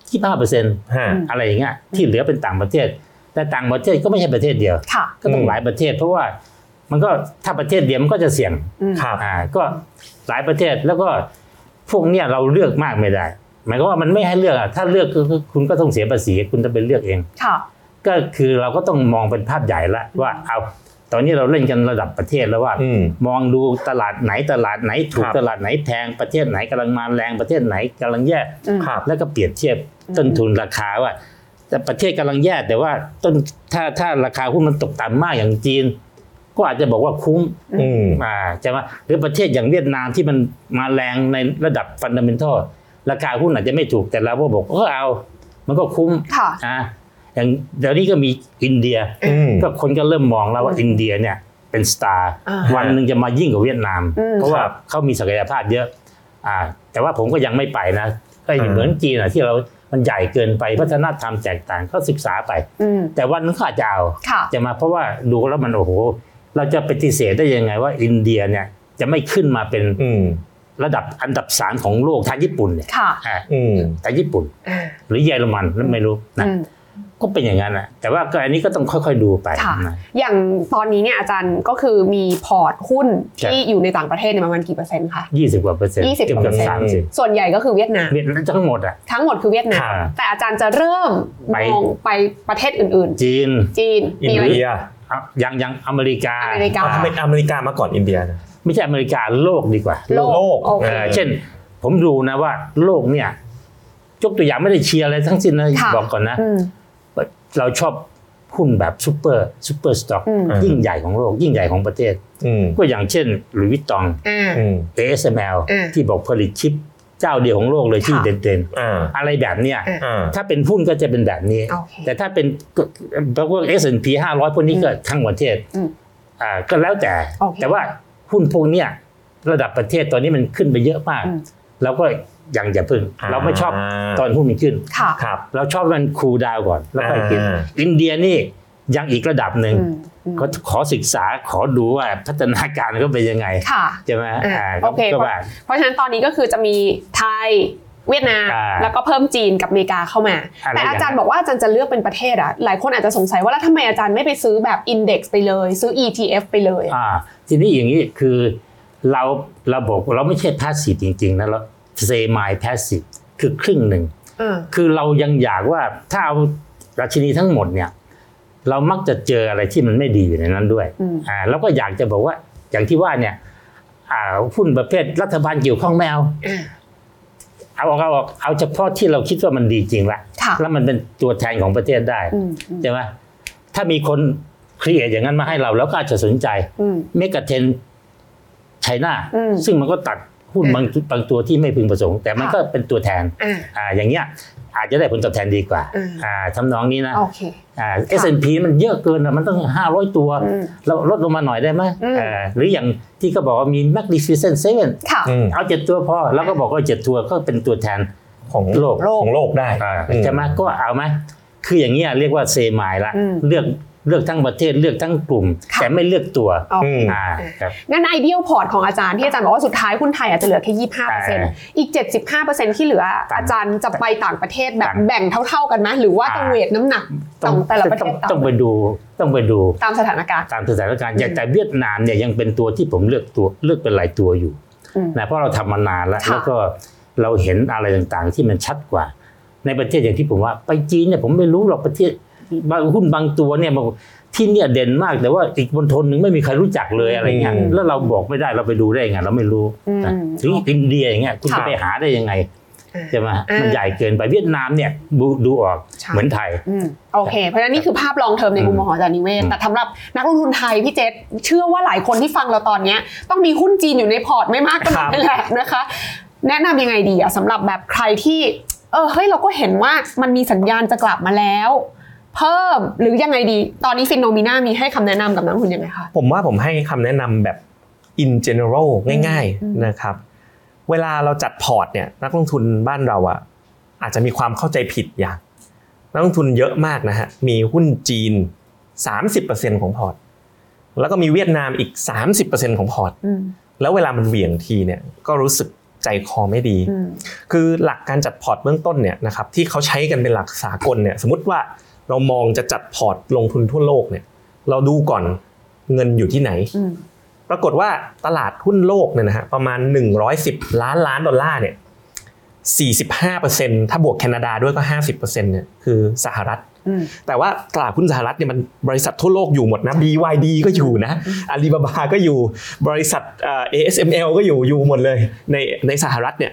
25% อะไรอย่างเงี้ยที่เหลือเป็นต่างประเทศแต่ต่างประเทศก็ไม่ใช่ประเทศเดียวก็ต้องหลายประเทศเพราะว่ามันก็ถ้าประเทศเดียวมันก็จะเสี่ยงก็หลายประเทศแล้วก็พวกเนี้ยเราเลือกมากไม่ได้หมายความว่ามันไม่ให้เลือกถ้าเลือกคุณก็ต้องเสียภาษีคุณต้องไปเลือกเองก็คือเราก็ต้องมองเป็นภาพใหญ่ละว่าเอาตอนนี้เราเล่นกันระดับประเทศแล้วว่ามองดูตลาดไหนถูกตลาดไหนแพงประเทศไหนกำลังมาแรงประเทศไหนกำลังแย่แล้วก็เปรียบเทียบต้นทุนราคาว่าแต่ประเทศกำลังแย่แต่ว่าถ้าราคาหุ้นมันตกต่ำมากอย่างจีนก็อาจจะบอกว่าคุ้มใช่ไหมหรือประเทศอย่างเวียดนามที่มันมาแรงในระดับฟันดัมเมนทัลราคาหุ้นอาจจะไม่ถูกแต่เราก็บอกเอามันก็คุ้มอย่างเดี๋ยวนี้ก็มีอินเดียก็คนก็เริ่มมองแล้วว่าอินเดียเนี่ยเป็นสตาร์วันนึงจะมายิ่งกว่าเวียดนามเพราะว่าเขามีศักยภาพเยอะแต่ว่าผมก็ยังไม่ไปนะก็เหมือนจีนที่เรามันใหญ่เกินไปวัฒนธรรมแตกต่างก็ศึกษาไปแต่วันนึงเขาอาจจะเอาจะมาเพราะว่าดูแล้วมันโอ้โหเราจะปฏิเสธได้ยังไงว่าอินเดียเนี่ยจะไม่ขึ้นมาเป็นระดับอันดับ3ของโลกทางญี่ปุ่นเนี่ยแต่ญี่ปุ่นหรือเยอรมันไม่รู้นะก็เป็นอย่างนั้นนะแต่ว่าก็อันนี้ก็ต้องค่อยๆดูไปนะอย่างตอนนี้เนี่ยอาจารย์ก็คือมีพอร์ตหุ้นที่อยู่ในต่างประเทศประมาณกี่เปอร์เซ็นต์คะ 20 กว่าเปอร์เซ็นต์ 20%ส่วนใหญ่ก็คือเวียดนามทั้งหมดคือเวียดนามแต่อาจารย์จะเริ่มมองไปประเทศอื่นๆจีนอินเดียยังอเมริกาอเมริกามาก่อนอินเดียนะไม่ใช่อเมริกาโลกดีกว่าโลกเช่นผมดูนะว่าโลกเนี่ยยกตัวอย่างไม่ได้เชียร์อะไรทั้งสิ้นนะบอกก่อนนะเราชอบหุ้นแบบซูเปอร์สต็อกยิ่งใหญ่ของโลกยิ่งใหญ่ของประเทศก็อย่างเช่นหลุยส์วิตตอง ASML ที่บอกผลิตชิปเจ้าเดียวของโลกเลยที่เด่นๆอะไรแบบเนี้ยถ้าเป็นหุ้นก็จะเป็นแบบนี้แต่ถ้าเป็นพวก S&P 500พวกนี้ก็ทั้งประเทศก็แล้วแต่ว่าหุ้นพวกเนี้ยระดับประเทศตอนนี้มันขึ้นไปเยอะมากแล้วก็ยังอย่าพึ่งเราไม่ชอบตอนหุ้นมันขึ้นเราชอบมันคูลดาวน์ก่อนแล้วค่อยกินอินเดียนี่ยังอีกระดับหนึ่งก็ขอศึกษาขอดูว่าพัฒนาการก็เป็นยังไงใช่ไหมโอเคเพราะฉะนั้นตอนนี้ก็คือจะมีไทยเวียดนามแล้วก็เพิ่มจีนกับอเมริกาเข้ามาแต่อาจารย์บอกว่าอาจารย์จะเลือกเป็นประเทศอ่ะหลายคนอาจจะสงสัยว่าแล้วทำไมอาจารย์ไม่ไปซื้อแบบ index ไปเลยซื้อ ETF ไปเลยทีนี้อย่างนี้คือเราบอกเราไม่ใช่ passive จริงๆนะเรา semi passive คือครึ่งหนึ่งคือเรายังอยากว่าถ้าเอาราชินีทั้งหมดเนี่ยเรามักจะเจออะไรที่มันไม่ดีอยู่ในนั้นด้วยแล้วก็อยากจะบอกว่าอย่างที่ว่าเนี่ยหุ้นประเภทรัฐบาลเกี่ยวข้องไม่เอาเฉพาะที่เราคิดว่ามันดีจริงละแล้วมันเป็นตัวแทนของประเทศได้ใช่ไหมถ้ามีคนครีเอทอย่างนั้นมาให้เราแล้วก็อาจจะสนใจเมกะเทรนด์ไชน่าซึ่งมันก็ตัดหุ้นบางตัวที่ไม่พึงประสงค์แต่มันก็เป็นตัวแทนอย่างเงี้ยอาจจะได้ผลตอบแทนดีกว่าทำนองนี้นะS&P มันเยอะเกินมันต้อง500ตัวเราลดลงมาหน่อยได้ไหมหรืออย่างที่เขาบอกว่ามี Magnificent 7เอา7ตัวพอแล้วก็บอกว่า7ตัวก็เป็นตัวแทนของโลกได้ใช่ไหมก็เอาไหมคืออย่างเงี้ยเรียกว่าเซมายละเลือกทั้งประเทศเลือกทั้งกลุ่มแต่ไม่เลือกตัวงั้น ideal port ของอาจารย์ที่อาจารย์บอกว่าสุดท้ายหุ้นไทยอาจจะเหลือแค่ 25% อีก 75% ที่เหลืออาจารย์จะไปต่างประเทศแบบแบ่งเท่าๆกันไหมหรือว่าต้องเวทน้ำหนักของแต่ละประเทศต้องไปดูตามสถานการณ์อย่างแต่เวียดนามเนี่ยยังเป็นตัวที่ผมเลือกเป็นหลายตัวอยู่นะเพราะเราทำมานานแล้วก็เราเห็นอะไรต่างๆที่มันชัดกว่าในประเทศอย่างที่ผมว่าไปจีนเนี่ยผมไม่รู้หรอกประเทศบางหุ้นบางตัวเนี่ยที่เนี่ยเด่นมากแต่ว่าอีกมณฑลนึงไม่มีใครรู้จักเลยอะไรเงี้ยแล้วเราบอกไม่ได้เราไปดูได้ไงเราไม่รู้ถึงอินเดียอย่างเงี้ยคุณจะไปหาได้ยังไงใช่ไหมมันใหญ่เกินไปเวียดนามเนี่ยดูออกเหมือนไทยโอเคเพราะฉะนั้นนี่คือภาพลองเทอมในมุมมองของอาจารย์นิเวศแต่สำหรับนักลงทุนไทยพี่เจษเชื่อว่าหลายคนที่ฟังเราตอนนี้ต้องมีหุ้นจีนอยู่ในพอร์ตไม่มากก็น้อยแหละนะคะแนะนำยังไงดีสำหรับแบบใครที่เฮ้ยเราก็เห็นว่ามันมีสัญญาณจะกลับมาแล้วเพิ่มหรือยังไงดีตอนนี้ฟินโนมิน่ามีให้คำแนะนำกับนักลงทุนยังไงคะผมให้คำแนะนำแบบ in general ง่ายๆนะครับเวลาเราจัดพอร์ตเนี่ยนักลงทุนบ้านเราอาจจะมีความเข้าใจผิดอย่างนักลงทุนเยอะมากนะฮะมีหุ้นจีน 30% ของพอร์ตแล้วก็มีเวียดนามอีก 30% ของพอร์ตแล้วเวลามันเหวี่ยงทีเนี่ยก็รู้สึกใจคอไม่ดีคือหลักการจัดพอร์ตเบื้องต้นเนี่ยนะครับที่เขาใช้กันเป็นหลักสากลเนี่ยสมมติว่าเรามองจะจัดพอร์ตลงทุนทั่วโลกเนี่ยเราดูก่อนเงินอยู่ที่ไหนปรากฏว่าตลาดหุ้นโลกเนี่ยนะฮะประมาณ110ล้านดอลลาร์เนี่ย 45% ถ้าบวกแคนาดาด้วยก็ 50% เนี่ยคือสหรัฐแต่ว่าตลาดหุ้นสหรัฐเนี่ยมันบริษัททั่วโลกอยู่หมดนะ BYD ก็อยู่นะอาลีบาบาก็อยู่บริษัทASML ก็อยู่หมดเลยในสหรัฐเนี่ย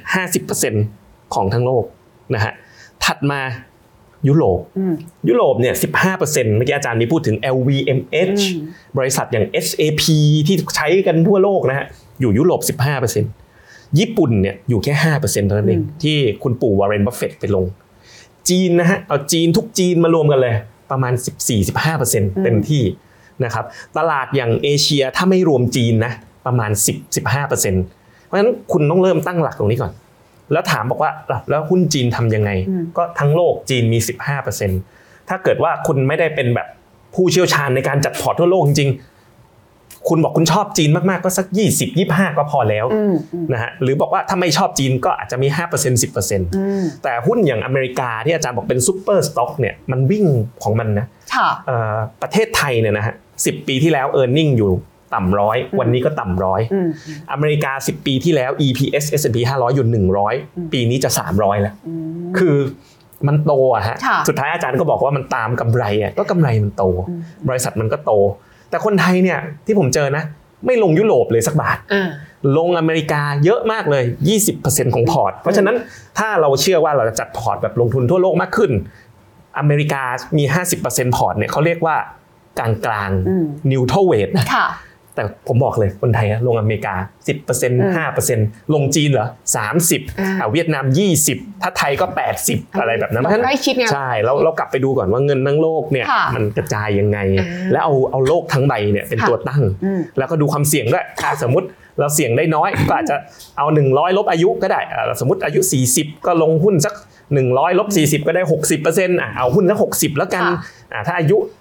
50% ของทั้งโลกนะฮะถัดมายุโรปเนี่ย 15% เมื่อกี้อาจารย์มีพูดถึง LVMH บริษัทอย่าง SAP ที่ใช้กันทั่วโลกนะฮะอยู่ยุโรป 15% ญี่ปุ่นเนี่ยอยู่แค่ 5% เท่านั้นเองที่คุณปู่วอร์เรน บัฟเฟตต์ไปลงจีนนะฮะเอาจีนทุกจีนมารวมกันเลยประมาณ 14-15% เต็มที่นะครับตลาดอย่างเอเชียถ้าไม่รวมจีนนะประมาณ 10-15% เพราะฉะนั้นคุณต้องเริ่มตั้งหลักตรงนี้ก่อนแล้วถามบอกว่าแล้วหุ้นจีนทำยังไงก็ทั้งโลกจีนมี 15% ถ้าเกิดว่าคุณไม่ได้เป็นแบบผู้เชี่ยวชาญในการจัดพอร์ตทั่วโลกจริงๆคุณบอกคุณชอบจีนมากๆก็สัก 20-25% ก็พอแล้วนะฮะหรือบอกว่าถ้าไม่ชอบจีนก็อาจจะมี 5% 10% แต่หุ้นอย่างอเมริกาที่อาจารย์บอกเป็นซุปเปอร์สต็อกเนี่ยมันวิ่งของมันนะประเทศไทยเนี่ยนะฮะ10 ปีที่แล้ว earning อยู่ต่ำ100วันนี้ก็ต่ำ100อเมริกา10 ปีที่แล้ว EPS S&P 500อยู่100ปีนี้จะ300แล้วคือมันโตอะฮะสุดท้ายอาจารย์ก็บอกว่ามันตามกำไรอะก็กำไรมันโตบริษัทมันก็โตแต่คนไทยเนี่ยที่ผมเจอนะไม่ลงยุโรปเลยสักบาทลงอเมริกาเยอะมากเลย 20% ของพอร์ตเพราะฉะนั้นถ้าเราเชื่อว่าเราจะจัดพอร์ตแบบลงทุนทั่วโลกมากขึ้นอเมริกามี 50% พอร์ตเนี่ยเขาเรียกว่ากลางๆ neutral weight นะแต่ผมบอกเลยคนไทยลงอเมริกา 10% 5% ลงจีนเหรอ 30%เวียดนาม 20%ถ้าไทยก็ 80% อะไรแบบนั้นเพราะฉะนั้นใช่เรากลับไปดูก่อนว่าเงินทั้งโลกเนี่ยมันกระจายยังไงแล้วเอาโลกทั้งใบเนี่ยเป็นตัวตั้งแล้วก็ดูความเสี่ยงด้วยถ้าสมมติเราเสี่ยงได้น้อยก็อาจจะเอา100ลบอายุก็ได้สมมติอายุ40ก็ลงหุ้นสัก100ลบ40ก็ได้ 60% เอาหุ้นสัก60แล้วกันถ้าอายุ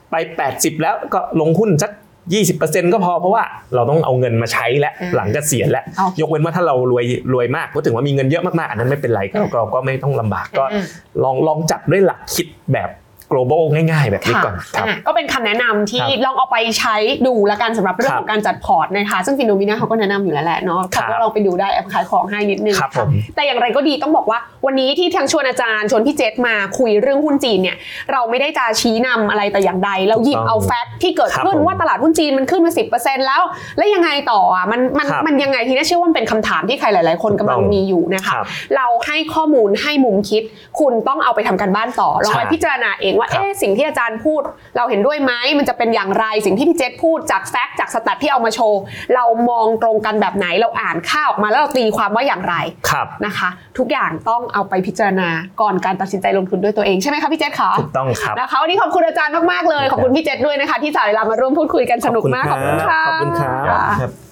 ไป80แล้วก็ลงหุ้นสัก20% ก็พอเพราะว่าเราต้องเอาเงินมาใช้แล้วหลังเกษียณแล้วยกเว้นว่าถ้าเรารวยมากพูดถึงว่ามีเงินเยอะมากๆอันนั้นไม่เป็นไรก็ไม่ต้องลำบากก็ลองจับด้วยหลักคิดแบบ global ง่ายๆแบบนี้ก่อนครับก็เป็นคำแนะนำที่ลองเอาไปใช้ดูละกันสำหรับเรื่องของการจัดพอร์ตนะคะซึ่งฟิโนมิน่าเขาก็แนะนำอยู่แล้วแหละเนาะเขาก็เราไปดูได้แอบขายของให้นิดนึงแต่อย่างไรก็ดีต้องบอกว่าวันนี้ที่ทางชวนอาจารย์ชวนพี่เจษมาคุยเรื่องหุ้นจีนเนี่ยเราไม่ได้จะชี้นำอะไรแต่อย่างใดเราหยิบเอาแฟกต์ที่เกิดขึ้นว่าตลาดหุ้นจีนมันขึ้นมา 10% แล้วยังไงต่ออ่ะมันยังไงทีนี้เชื่อว่าเป็นคำถามที่ใครหลายๆคนกำลังมีอยู่นะคะเราให้ข้อมูลให้มุมคิดคุณต้องเอาไปทำการบ้านต่อลองไปพิจารณาเองว่าสิ่งที่อาจารย์พูดเราเห็นด้วยไหมมันจะเป็นอย่างไรสิ่งที่พี่เจษพูดจากแฟกต์จากสแตทที่เอามาโชว์เรามองตรงกันแบบไหนเราอ่านค่าออกมาแล้วเราตีความว่าอย่างไรนะคะทุกอย่างต้องเอาไปพิจารณาก่อนการตัดสินใจลงทุนด้วยตัวเองใช่ไหมคะพี่เจษคะถูกต้องครับนะคะวันนี้ขอบคุณอาจารย์มากๆเลยขอบคุณพี่เจษด้วยนะคะที่สายเวลามาร่วมพูดคุยกันสนุกมากขอบคุณค่ะขอบคุณครับ